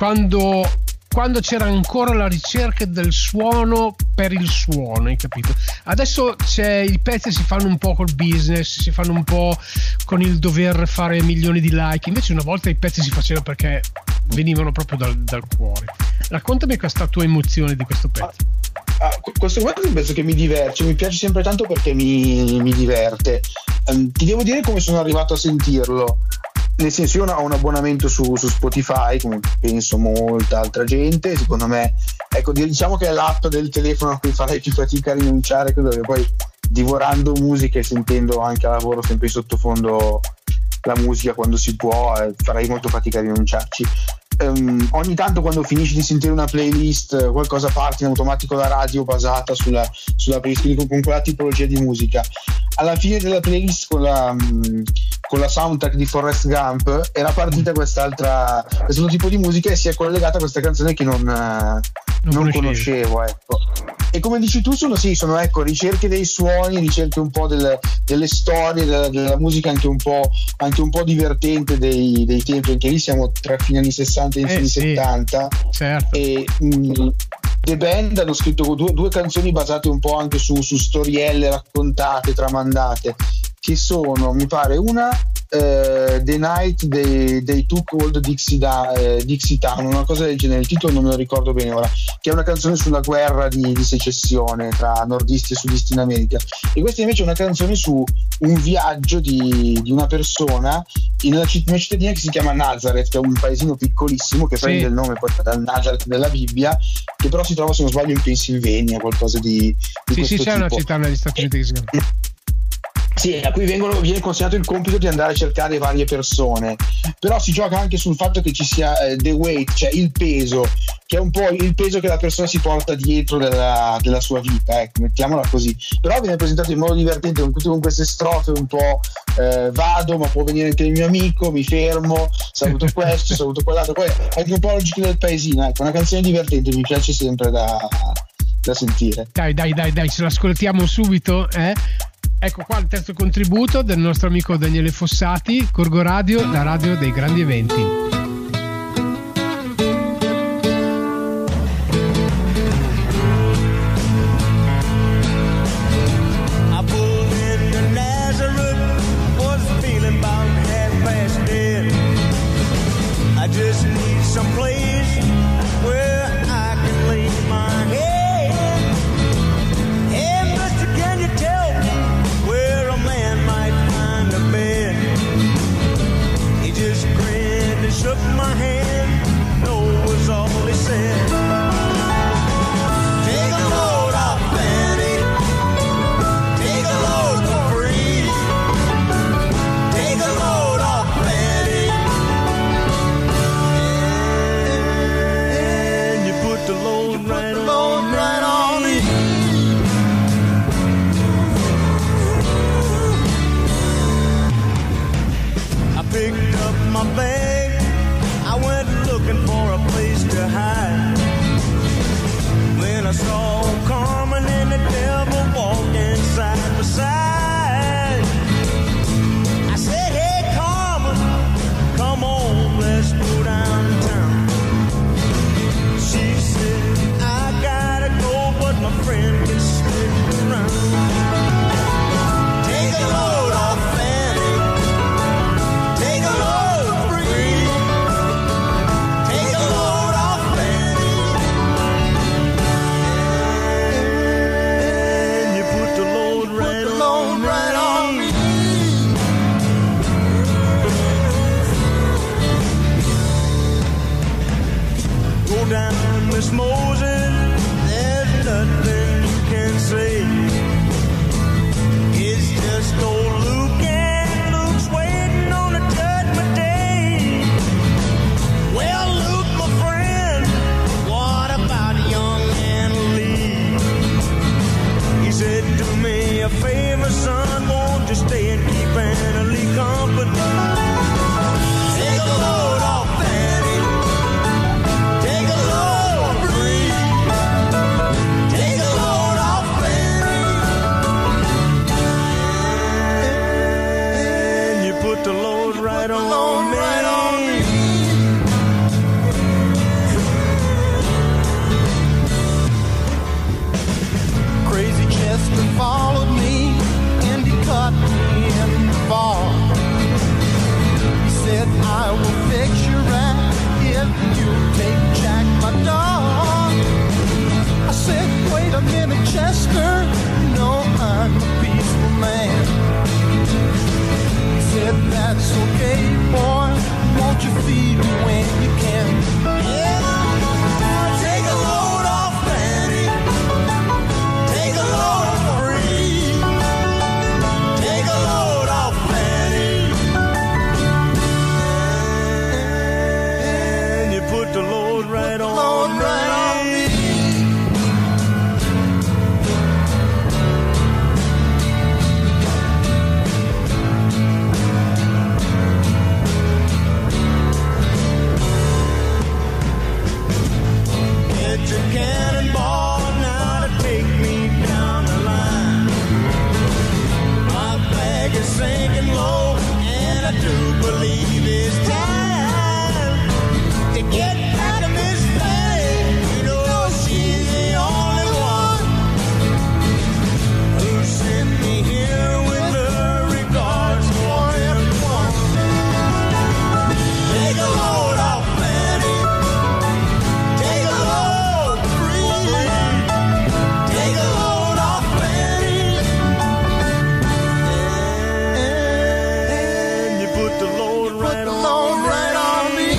quando c'era ancora la ricerca del suono per il suono, hai capito? Adesso i pezzi si fanno un po' col business, si fanno un po' con il dover fare milioni di like, invece una volta i pezzi si facevano perché venivano proprio dal cuore. Raccontami questa tua emozione di questo pezzo. Questo è un pezzo che mi diverte, mi piace sempre tanto perché mi diverte. Ti devo dire come sono arrivato a sentirlo. Nel senso, io ho un abbonamento su Spotify, come penso molta altra gente. Secondo me, ecco, diciamo che è l'app del telefono a cui farei più fatica a rinunciare, credo che poi divorando musica e sentendo anche a lavoro sempre in sottofondo la musica quando si può, farei molto fatica a rinunciarci. Ogni tanto quando finisci di sentire una playlist qualcosa parte in automatico la radio basata sulla playlist, con quella tipologia di musica. Alla fine della playlist con la soundtrack di Forrest Gump era partita questo tipo di musica e si è collegata a questa canzone che non conoscevo, ecco. E come dici tu sono ecco, ricerche dei suoni, ricerche un po' delle storie, della musica anche un po' divertente dei tempi, anche lì siamo tra fine anni 60 e fine 70. Certo. E The Band hanno scritto due canzoni basate un po' anche su storielle raccontate, tramandate, che sono, mi pare, una The Night They Took Old Dixie Town, una cosa del genere, il titolo non me lo ricordo bene ora, che è una canzone sulla guerra di secessione tra nordisti e sudisti in America. E questa invece è una canzone su un viaggio di una persona in una cittadina che si chiama Nazareth, che è un paesino piccolissimo che prende il nome poi dal Nazareth della Bibbia, che però si trova, se non sbaglio, in Pennsylvania, qualcosa di questo tipo. C'è una città negli Stati Uniti che si chiama. Sì, a cui viene consegnato il compito di andare a cercare varie persone, però si gioca anche sul fatto che ci sia the weight, cioè il peso, che è un po' il peso che la persona si porta dietro della sua vita, ecco, mettiamola così. Però viene presentato in modo divertente, con queste strofe un po' vado, ma può venire anche il mio amico, mi fermo, saluto questo, saluto quell'altro, poi è anche un po' la logica del paesino, ecco, una canzone divertente, mi piace sempre da sentire. Dai, ce l'ascoltiamo subito, Ecco qua il terzo contributo del nostro amico Daniele Fossati, Corgo Radio, la radio dei grandi eventi. Go down, Miss Moses, there's nothing you can say. It's just old Luke, and Luke's waiting on the judgment day. Well, Luke, my friend, what about young Anna Lee? He said, do me a favor, son, won't you stay and keep Anna Lee company? Take a load off Fanny, take a load free, take a load off Fanny, and you put the load right on me. Crazy Chester followed me and he caught me in the fall. He said, I will fix your rap if you take Jack, my dog. I said, wait a minute, Chester, you know I'm a peaceful man. He said, that's okay, boy, won't you feed me when you can? Yeah, take a load off Fanny, take a load free, take a load off Fanny, and you put the load right on me. Get your cannonball now to take me down the line. My flag is sinking low, and I do believe it's time to get back in this thing. You know she's the only one who sent me here with her regards for everyone. Take a load off Fanny, take a load free, take a load off Fanny, and you put the load right on me.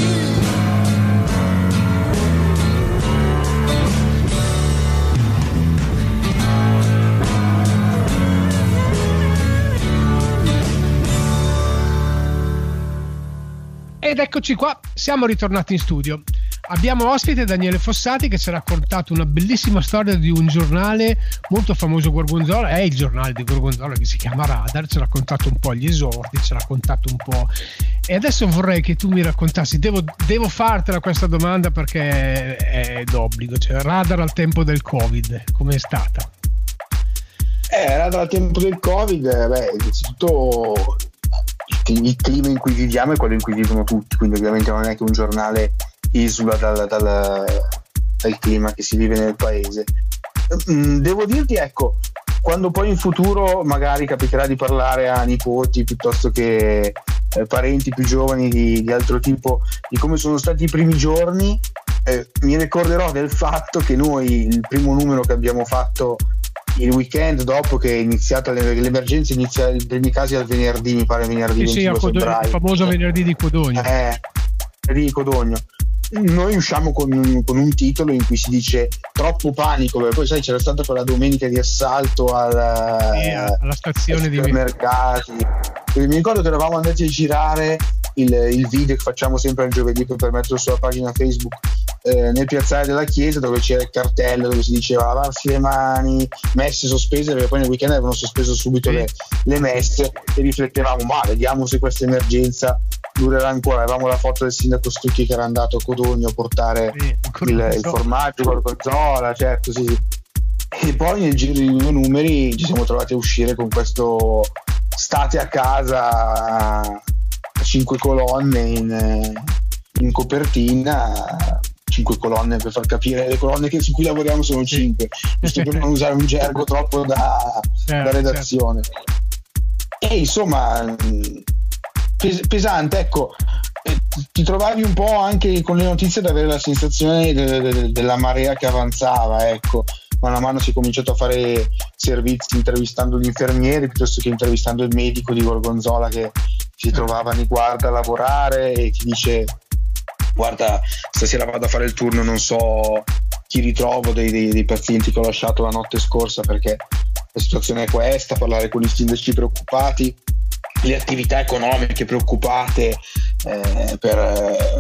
Ed eccoci qua, siamo ritornati in studio. Abbiamo ospite Daniele Fossati che ci ha raccontato una bellissima storia di un giornale molto famoso, Gorgonzola. È il giornale di Gorgonzola che si chiama Radar. Ci ha raccontato un po' gli esordi, ci ha raccontato un po'. E adesso vorrei che tu mi raccontassi, devo fartela questa domanda perché è d'obbligo, cioè Radar al tempo del Covid, com'è stata? Radar al tempo del Covid, innanzitutto il clima in cui viviamo è quello in cui vivono tutti, quindi ovviamente non è che un giornale esula dal clima che si vive nel paese. Devo dirti, ecco, quando poi in futuro magari capiterà di parlare a nipoti piuttosto che parenti più giovani di altro tipo di come sono stati i primi giorni, mi ricorderò del fatto che noi il primo numero che abbiamo fatto il weekend dopo che è iniziata l'emergenza, inizia i primi casi al venerdì, mi pare venerdì 22 febbraio, il famoso venerdì di Codogno. Di Codogno. Noi usciamo con un titolo in cui si dice troppo panico, perché poi sai c'era stata quella domenica di assalto alla stazione di mercati. Mi ricordo che eravamo andati a girare il video che facciamo sempre il giovedì per metterlo sulla pagina Facebook, nel piazzale della chiesa, dove c'era il cartello dove si diceva lavarsi le mani, messe sospese, perché poi nel weekend avevano sospeso subito le messe, e riflettevamo, ma vediamo se questa emergenza durerà ancora. Avevamo la foto del sindaco Stucchi che era andato a Codogno a portare il formaggio, Gorgonzola, certo, sì. E poi nel giro di 2 numeri ci siamo trovati a uscire con questo state a casa a 5 colonne in copertina. 5 colonne, per far capire, le colonne su cui lavoriamo sono 5, giusto per non usare un gergo troppo da redazione. E insomma pesante, ecco. Ti trovavi un po' anche con le notizie ad avere la sensazione della marea che avanzava, ecco. Man mano si è cominciato a fare servizi intervistando gli infermieri piuttosto che intervistando il medico di Gorgonzola che si trovava nei guarda a lavorare e ti dice guarda, stasera vado a fare il turno, non so chi ritrovo dei pazienti che ho lasciato la notte scorsa, perché la situazione è questa, parlare con i sindaci preoccupati, le attività economiche preoccupate per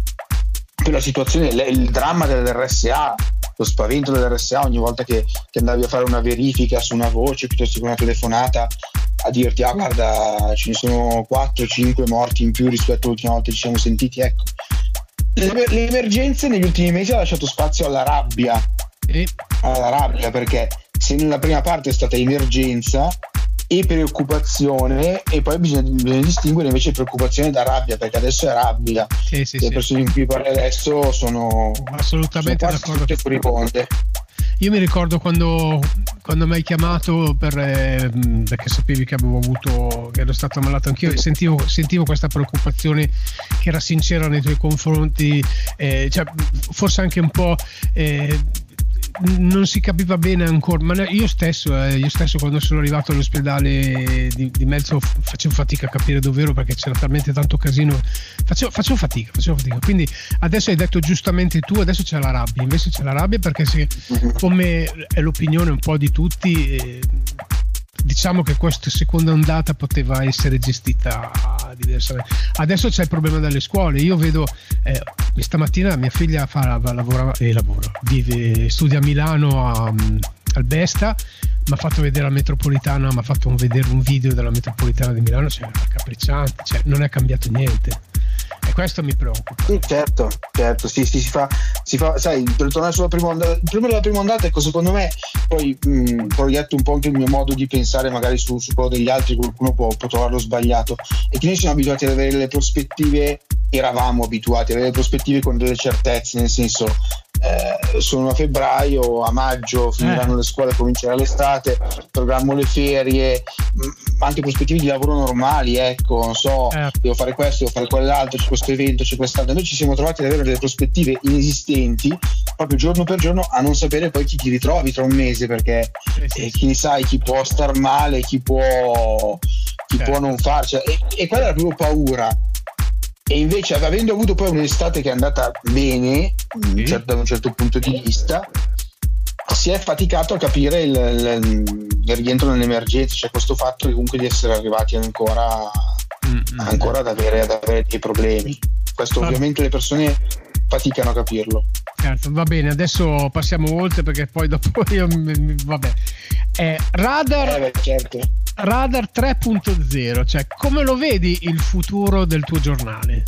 la situazione, il dramma dell'RSA, lo spavento dell'RSA ogni volta che andavi a fare una verifica su una voce piuttosto che una telefonata a dirti guarda, ce ne sono 4-5 morti in più rispetto all'ultima volta che ci siamo sentiti. Ecco, le emergenze negli ultimi mesi hanno lasciato spazio alla rabbia, perché se nella prima parte è stata emergenza e preoccupazione, e poi bisogna distinguere invece preoccupazione da rabbia, perché adesso è rabbia. Le persone in cui parli adesso sono assolutamente d'accordo, tutte furibonde. Io mi ricordo quando mi hai chiamato perché sapevi che che ero stato ammalato anch'io, e sentivo questa preoccupazione che era sincera nei tuoi confronti, cioè, forse anche un po' non si capiva bene ancora, ma io stesso quando sono arrivato all'ospedale di mezzo facevo fatica a capire dove ero, perché c'era talmente tanto casino, facevo fatica. Quindi adesso hai detto giustamente tu, adesso c'è la rabbia, invece c'è la rabbia perché come è l'opinione un po' di tutti, diciamo che questa seconda ondata poteva essere gestita diversamente. Adesso c'è il problema delle scuole. Io vedo stamattina mia figlia studia a Milano al Besta, mi ha fatto vedere la metropolitana, mi ha fatto vedere un video della metropolitana di Milano, cioè raccapricciante, cioè non è cambiato niente. E questo mi preoccupa. Sì, certo, si fa, sai, per tornare sulla prima ondata, il problema della prima ondata, ecco, secondo me, poi proietto un po' anche il mio modo di pensare magari su quello degli altri, qualcuno può trovarlo sbagliato, e che noi siamo abituati ad avere le prospettive, eravamo abituati ad avere le prospettive con delle certezze, nel senso, sono a febbraio, a maggio finiranno le scuole, comincerà l'estate, programmo le ferie, ma anche prospettive di lavoro normali, ecco, non so, devo fare questo, devo fare quell'altro, c'è questo evento, c'è quest'altro. Noi ci siamo trovati ad avere delle prospettive inesistenti, proprio giorno per giorno, a non sapere poi chi ti ritrovi tra un mese, perché chi sai, chi può star male, chi può non farcela, e quella era proprio paura. E invece, avendo avuto poi un'estate che è andata bene, da un certo punto di vista, si è faticato a capire il rientro nell'emergenza, cioè questo fatto che comunque di essere arrivati ancora ad avere dei problemi. Questo ovviamente le persone faticano a capirlo. Certo, va bene, adesso passiamo oltre, perché poi dopo vabbè. Radar certo. Radar 3.0, cioè come lo vedi il futuro del tuo giornale?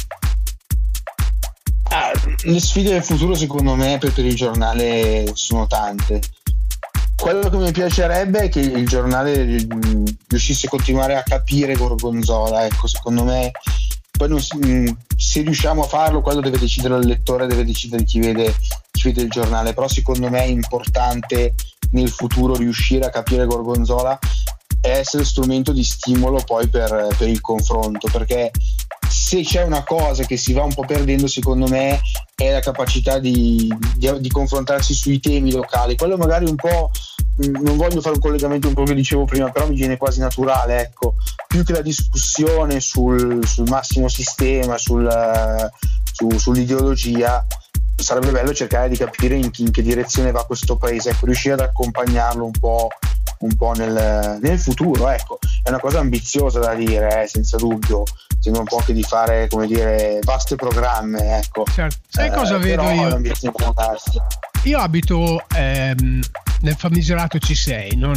Le sfide del futuro secondo me per il giornale sono tante. Quello che mi piacerebbe è che il giornale riuscisse a continuare a capire Gorgonzola, ecco, secondo me. Poi se riusciamo a farlo, quello deve decidere il lettore, deve decidere chi vede il giornale, però secondo me è importante nel futuro riuscire a capire Gorgonzola e essere strumento di stimolo poi per il confronto, perché se c'è una cosa che si va un po' perdendo, secondo me, è la capacità di confrontarsi sui temi locali. Quello magari un po', non voglio fare un collegamento un po' che dicevo prima, però mi viene quasi naturale, ecco, più che la discussione sul massimo sistema, sull'ideologia, sarebbe bello cercare di capire in che direzione va questo paese, ecco, riuscire ad accompagnarlo un po' nel futuro, ecco. È una cosa ambiziosa da dire, senza dubbio, sembra un po' che di fare, come dire, vaste programme, ecco. Certo. Sai cosa vedo io? Io abito nel famigerato C6, no?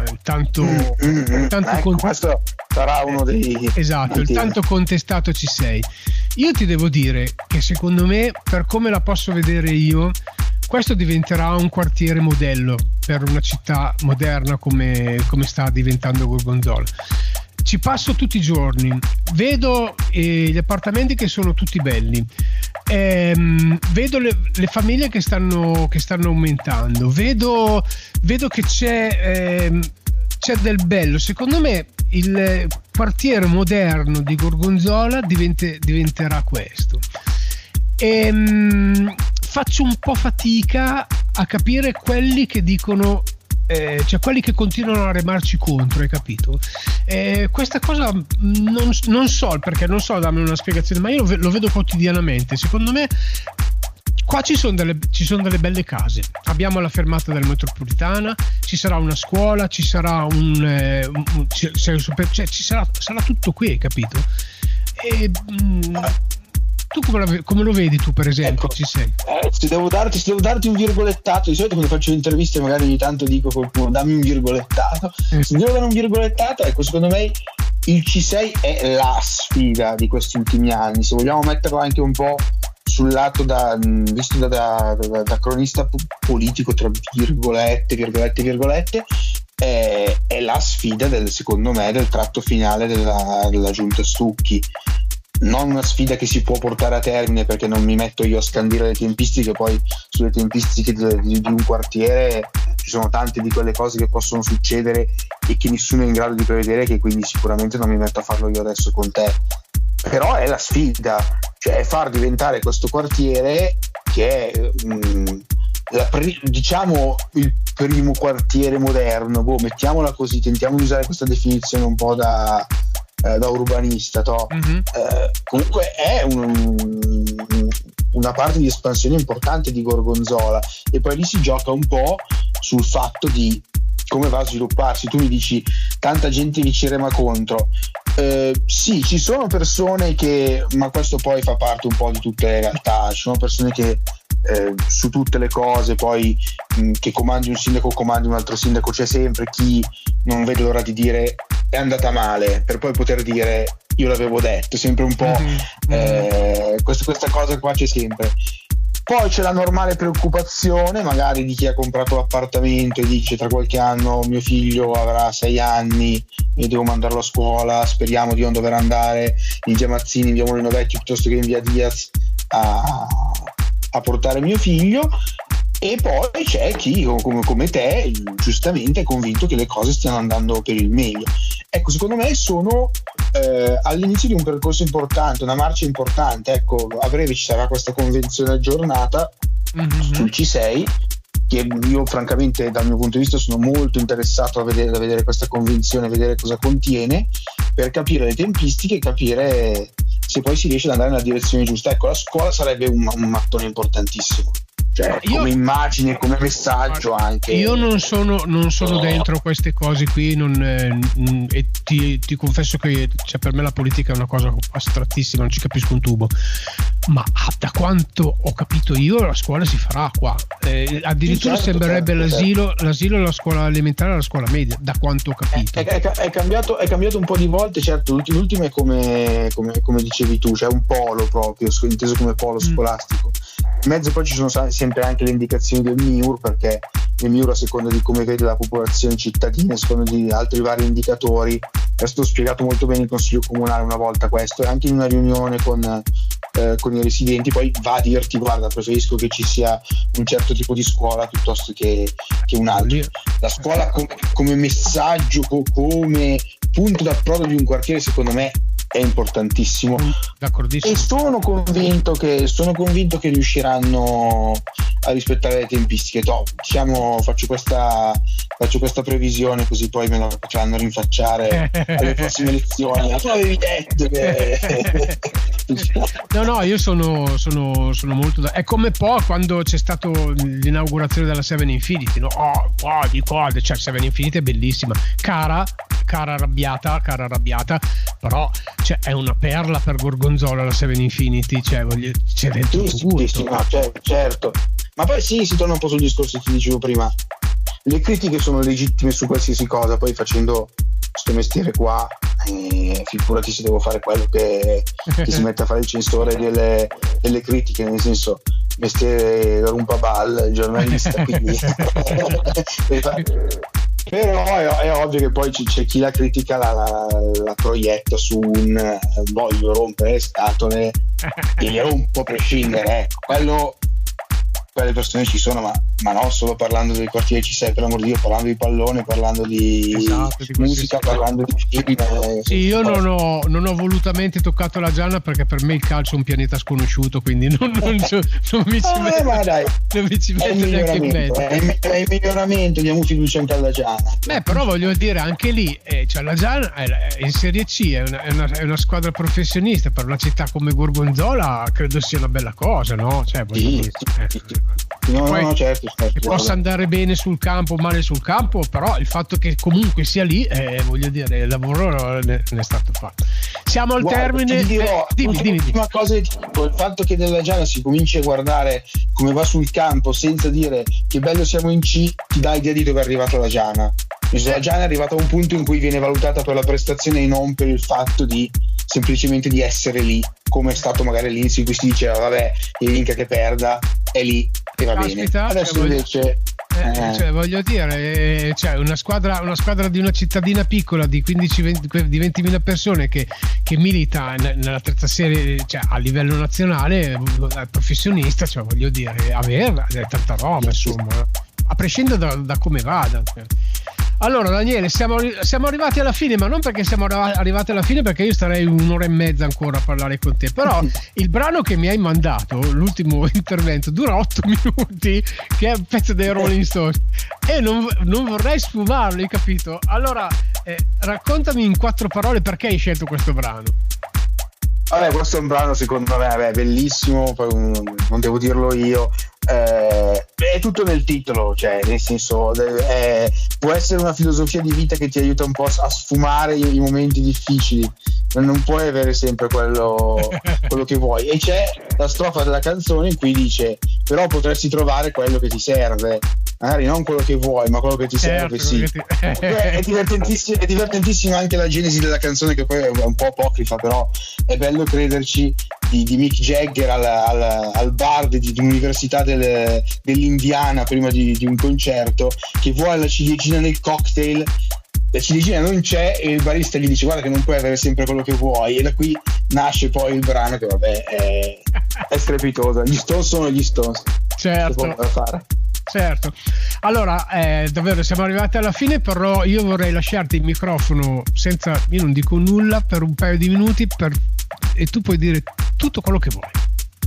Questo sarà uno dei il tanto contestato C6. Io ti devo dire che secondo me, per come la posso vedere io, questo diventerà un quartiere modello per una città moderna come sta diventando Gorgonzola. Ci passo tutti i giorni, vedo gli appartamenti che sono tutti belli, vedo le famiglie che stanno aumentando, vedo che c'è del bello. Secondo me il quartiere moderno di Gorgonzola diventerà questo. Faccio un po' fatica a capire quelli che dicono c'è quelli che continuano a remarci contro, hai capito? Questa cosa non so perché, non so darmi una spiegazione, ma io lo vedo quotidianamente. Secondo me qua ci sono delle belle case, abbiamo la fermata della metropolitana, ci sarà una scuola, ci sarà sarà tutto qui, hai capito? Tu come lo vedi tu, per esempio? Ecco, ci sei? Se devo darti un virgolettato, di solito quando faccio le interviste magari ogni tanto dico a qualcuno dammi un virgolettato. Se devo dare un virgolettato, ecco, secondo me il C6 è la sfida di questi ultimi anni. Se vogliamo metterlo anche un po' sul lato visto da cronista politico, tra virgolette, è la sfida secondo me del tratto finale della giunta Stucchi. Non una sfida che si può portare a termine, perché non mi metto io a scandire le tempistiche, poi sulle tempistiche di un quartiere ci sono tante di quelle cose che possono succedere e che nessuno è in grado di prevedere, che quindi sicuramente non mi metto a farlo io adesso con te. Però è la sfida, cioè far diventare questo quartiere, che è diciamo il primo quartiere moderno, mettiamola così, tentiamo di usare questa definizione un po' da urbanista, comunque è una parte di espansione importante di Gorgonzola, e poi lì si gioca un po' sul fatto di come va a svilupparsi. Tu mi dici tanta gente vi ci rema contro, sì, ci sono persone ma questo poi fa parte un po' di tutte le realtà, ci sono persone che su tutte le cose poi che comandi un sindaco, comandi un altro sindaco, c'è sempre chi non vede l'ora di dire è andata male per poi poter dire io l'avevo detto, sempre un po' questa cosa qua c'è sempre. Poi c'è la normale preoccupazione magari di chi ha comprato l'appartamento e dice tra qualche anno mio figlio avrà 6 anni e devo mandarlo a scuola, speriamo di non dover andare in via Mazzini, in via Molino Vecchio piuttosto che in via Diaz a portare mio figlio. E poi c'è chi come te giustamente è convinto che le cose stiano andando per il meglio. Ecco, secondo me sono all'inizio di un percorso importante, una marcia importante. Ecco, a breve ci sarà questa convenzione aggiornata sul C6, che io francamente dal mio punto di vista sono molto interessato a vedere questa convenzione, a vedere cosa contiene, per capire le tempistiche e capire se poi si riesce ad andare nella direzione giusta. Ecco, la scuola sarebbe un mattone importantissimo, cioè come immagine, come messaggio anche. Io non sono dentro queste cose qui, e ti confesso che per me la politica è una cosa astrattissima, non ci capisco un tubo, ma da quanto ho capito io la scuola si farà qua, addirittura sembrerebbe l'asilo, la scuola elementare e la scuola media, da quanto ho capito. È cambiato un po' di volte, certo. L'ultima è come dicevi tu, cioè un polo proprio, inteso come polo scolastico. In mezzo poi ci sono sempre anche le indicazioni del MIUR, perché il MIUR a seconda di come vede la popolazione cittadina, a seconda di altri vari indicatori. Questo ho spiegato molto bene in consiglio comunale una volta questo, e anche in una riunione con i residenti poi va a dirti guarda, preferisco che ci sia un certo tipo di scuola piuttosto che un altro. La scuola come messaggio, come punto d'approdo di un quartiere, secondo me è importantissimo. D'accordissimo. E sono convinto che riusciranno a rispettare le tempistiche. Faccio questa previsione, così poi me la facciano rinfacciare alle prossime elezioni. Ma tu avevi detto che no, io sono molto è come poi quando c'è stato l'inaugurazione della Seven Infinity, no? Di cose, cioè Seven Infinity è bellissima, cara arrabbiata, però cioè è una perla per Gorgonzola la Seven Infinity, cioè c'è dentro tutto. Sì, no, certo. Ma poi sì, si torna un po' sul discorso che ti dicevo prima. Le critiche sono legittime su qualsiasi cosa, poi facendo questo mestiere qua, figurati se devo fare quello che si mette a fare il censore delle critiche, nel senso mestiere da rumpaball, il giornalista, quindi però è ovvio che poi c'è chi la critica la proietta su un voglio rompere le scatole e le rompo a prescindere, quelle persone ci sono, ma ma non solo parlando del quartiere C6, per l'amor di Dio, parlando di pallone, parlando di musica, parlando di film. Sì, io non ho volutamente toccato la Giana perché per me il calcio è un pianeta sconosciuto, quindi non mi ci metto neanche in mezzo. È il miglioramento, diamo fiducia anche alla Giana. Però voglio dire, anche lì cioè la Giana è in Serie C, è una squadra professionista. Per una città come Gorgonzola credo sia una bella cosa, no? Cioè, sì. No, certo. Che possa andare bene sul campo, male sul campo, però il fatto che comunque sia lì, voglio dire, il lavoro ne è stato fatto. Siamo al termine. Dimmi. Una cosa, il fatto che della Giana si cominci a guardare come va sul campo senza dire che bello siamo in C, ti dà idea di dove è arrivata la Giana. La Giana è arrivata a un punto in cui viene valutata per la prestazione e non per il fatto di semplicemente di essere lì, come è stato magari all'inizio in cui si diceva vabbè, il Linca che perda è lì e va bene. Adesso invece cioè, voglio dire, cioè una squadra di una cittadina piccola di 20.000 persone che milita nella terza serie, cioè a livello nazionale, professionista, cioè voglio dire, averla è tanta roba, insomma, a prescindere da come vada. Allora Daniele, siamo arrivati alla fine, ma non perché siamo arrivati alla fine, perché io starei un'ora e mezza ancora a parlare con te, però il brano che mi hai mandato, l'ultimo intervento, dura 8 minuti, che è un pezzo dei Rolling Stones, e non vorrei sfumarlo, hai capito? Allora raccontami in 4 parole perché hai scelto questo brano. Vabbè, questo è un brano secondo me bellissimo, non devo dirlo io, è tutto nel titolo, cioè nel senso può essere una filosofia di vita che ti aiuta un po' a sfumare i momenti difficili, non puoi avere sempre quello che vuoi, e c'è la strofa della canzone in cui dice però potresti trovare quello che ti serve, magari non quello che vuoi ma quello che ti serve, sì. È divertentissima anche la genesi della canzone, che poi è un po' apocrifa, però è bello crederci, di Mick Jagger al bar di un'università dell'Indiana prima di un concerto, che vuole la ciliegina nel cocktail, la ciliegina non c'è e il barista gli dice guarda che non puoi avere sempre quello che vuoi, e da qui nasce poi il brano che vabbè è strepitoso. Gli Stones sono gli Stones, certo. Allora davvero siamo arrivati alla fine, però io vorrei lasciarti il microfono io non dico nulla per un paio di minuti e tu puoi dire tutto quello che vuoi.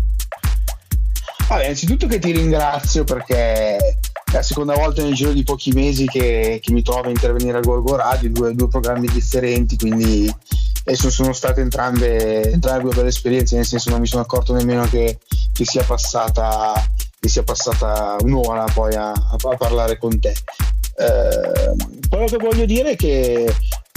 Vabbè, innanzitutto che ti ringrazio perché è la seconda volta nel giro di pochi mesi che mi trovo a intervenire a Gorgo Radio, due programmi differenti, quindi sono state entrambe due belle esperienze, nel senso non mi sono accorto nemmeno che sia passata un'ora poi a parlare con te. Quello che voglio dire è che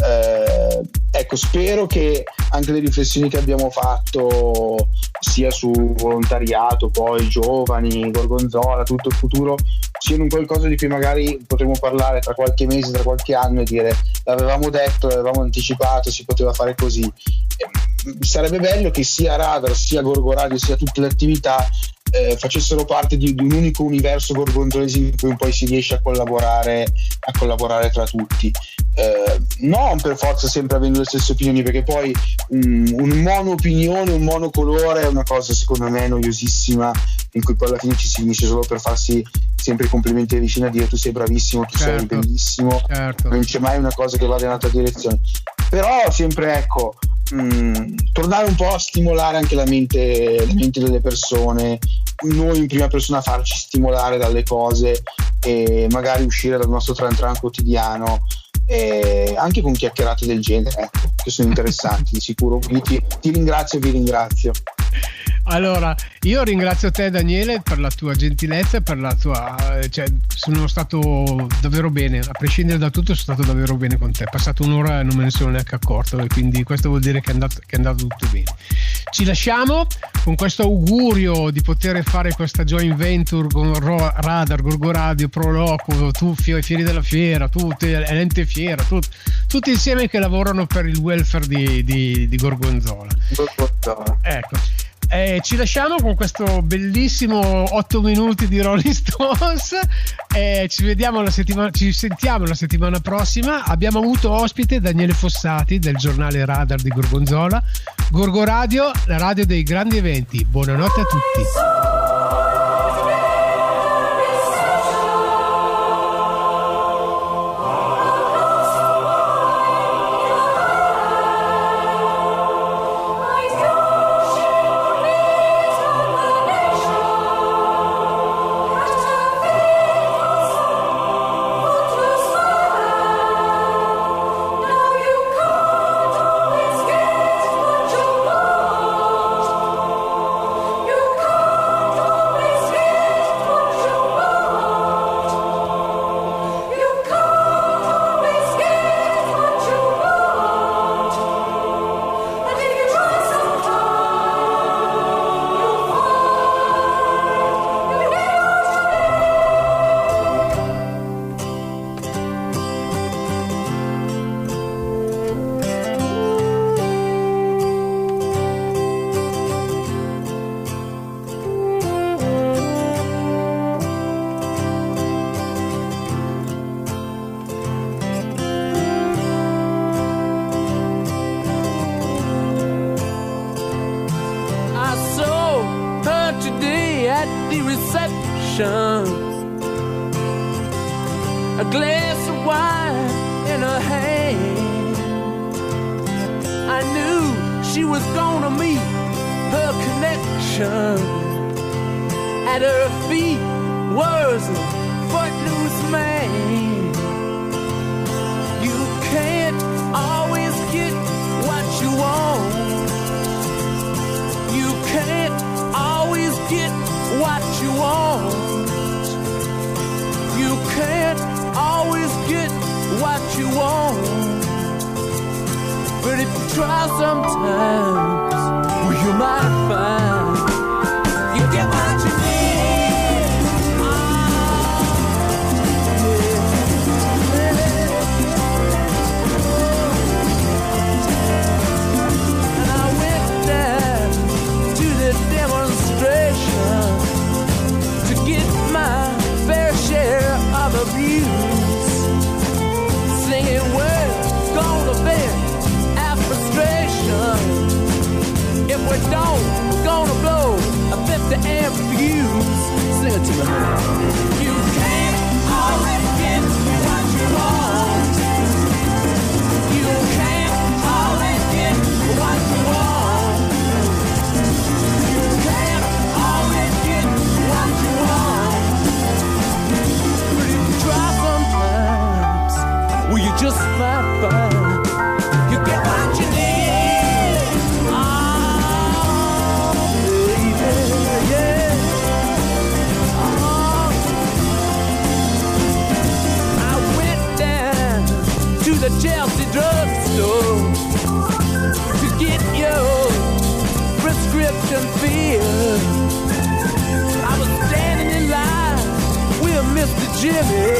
ecco, spero che anche le riflessioni che abbiamo fatto sia su volontariato, poi giovani, Gorgonzola, tutto il futuro, siano un qualcosa di cui magari potremo parlare tra qualche mese, tra qualche anno, e dire l'avevamo detto, l'avevamo anticipato, si poteva fare così. Sarebbe bello che sia Radar, sia Gorgo Radio, sia tutte le attività facessero parte di un unico universo gorgonzolese in cui poi si riesce a collaborare tra tutti, non per forza sempre avendo le stesse opinioni, perché poi un mono opinione, un mono colore è una cosa secondo me noiosissima, in cui poi alla fine ci si finisce solo per farsi sempre i complimenti a vicino, a dire tu sei bravissimo, tu sei bellissimo, non c'è mai una cosa che vada in un'altra direzione, però sempre ecco, tornare un po' a stimolare anche la mente delle persone, noi in prima persona farci stimolare dalle cose e magari uscire dal nostro tran quotidiano, anche con chiacchierate del genere, che sono interessanti di sicuro. Quindi ti ringrazio e vi ringrazio. Allora, io ringrazio te Daniele per la tua gentilezza, per la tua, cioè sono stato davvero bene, a prescindere da tutto sono stato davvero bene con te, è passata un'ora e non me ne sono neanche accorto, e quindi questo vuol dire che è andato tutto bene. Ci lasciamo con questo augurio di poter fare questa joint venture con Radar, Gorgo Radio, Proloco, tu Fieri della Fiera, tutti l'ente Fiera, tutti insieme che lavorano per il welfare di Gorgonzola. Ecco. Ci lasciamo con questo bellissimo 8 minuti di Rolling Stones, ci sentiamo la settimana prossima. Abbiamo avuto ospite Daniele Fossati del giornale Radar di Gorgonzola. Gorgo Radio, la radio dei grandi eventi. Buonanotte a tutti. the reception, a glass of wine in her hand. I knew she was gonna meet her connection. At her feet was a footloose man. You can't always get what you want. You can't always get what you want. You can't always get what you want. But if you try sometimes, well, you might find you get what you need. And I went down to the demonstration to get my fair share of abuse, singing words gonna vent our frustration. If we don't, we're gonna blow a 50 amp fuse. Sing it to me. You can't always get what you want. You can't always get what you want. You can't always get what you want. But if you try sometimes, well, you just might find you get what you need. The Chelsea drugstore to get your prescription filled. I was standing in line with Mr. Jimmy.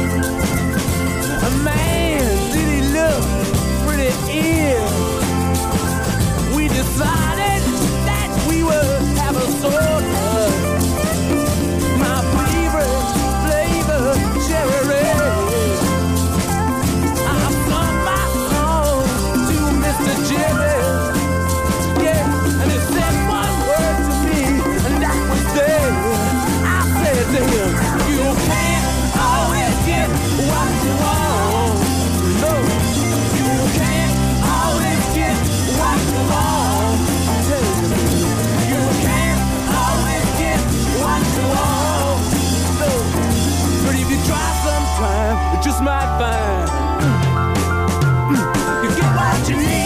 A man, did he look pretty ill? We decided that we would have a soda. My favorite flavor, cherry red. Jimmy, yeah, and he said one word to me, and that was there. I said to him, you can't always get what you want. No, you can't always get what you want. You can't always get what you want. No, but if you try sometime, you just might find you get what you need.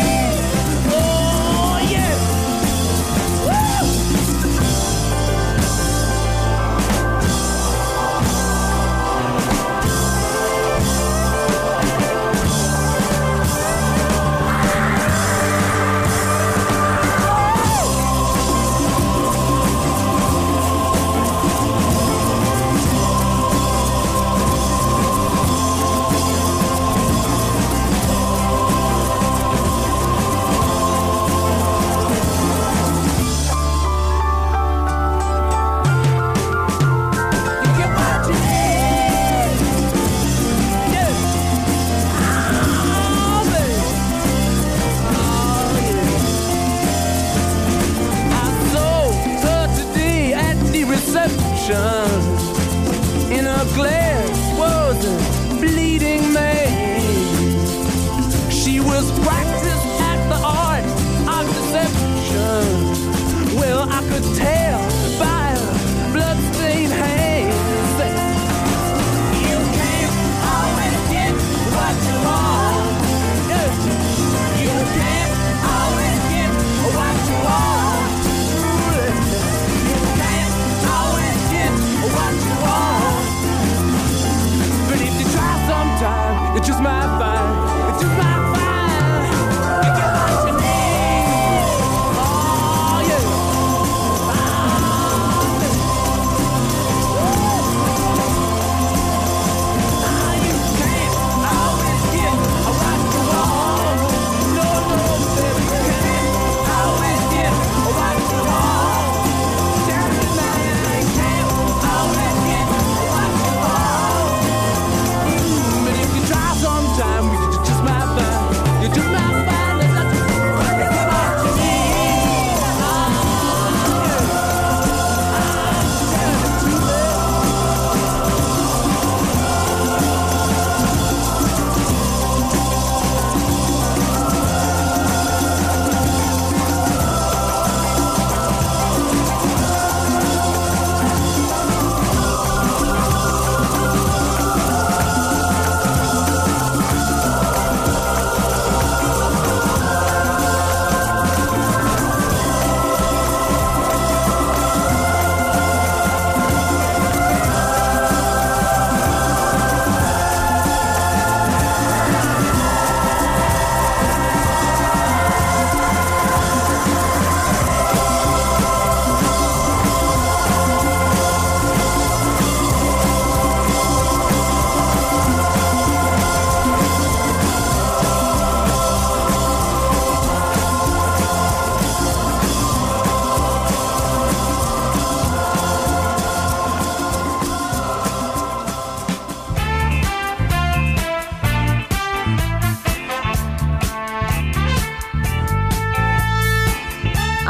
In her glass was a bleeding man. She was practiced at the art of deception. Well, I could tell by her bloodstained hands that you can't always get what you want. You can't always get what you want. You can't always get what you want.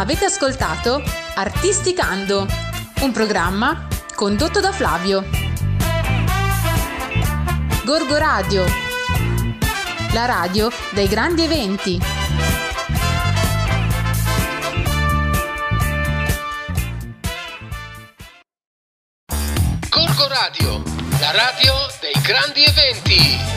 Avete ascoltato Artisticando, un programma condotto da Flavio. Gorgo Radio, la radio dei grandi eventi. Gorgo Radio, la radio dei grandi eventi.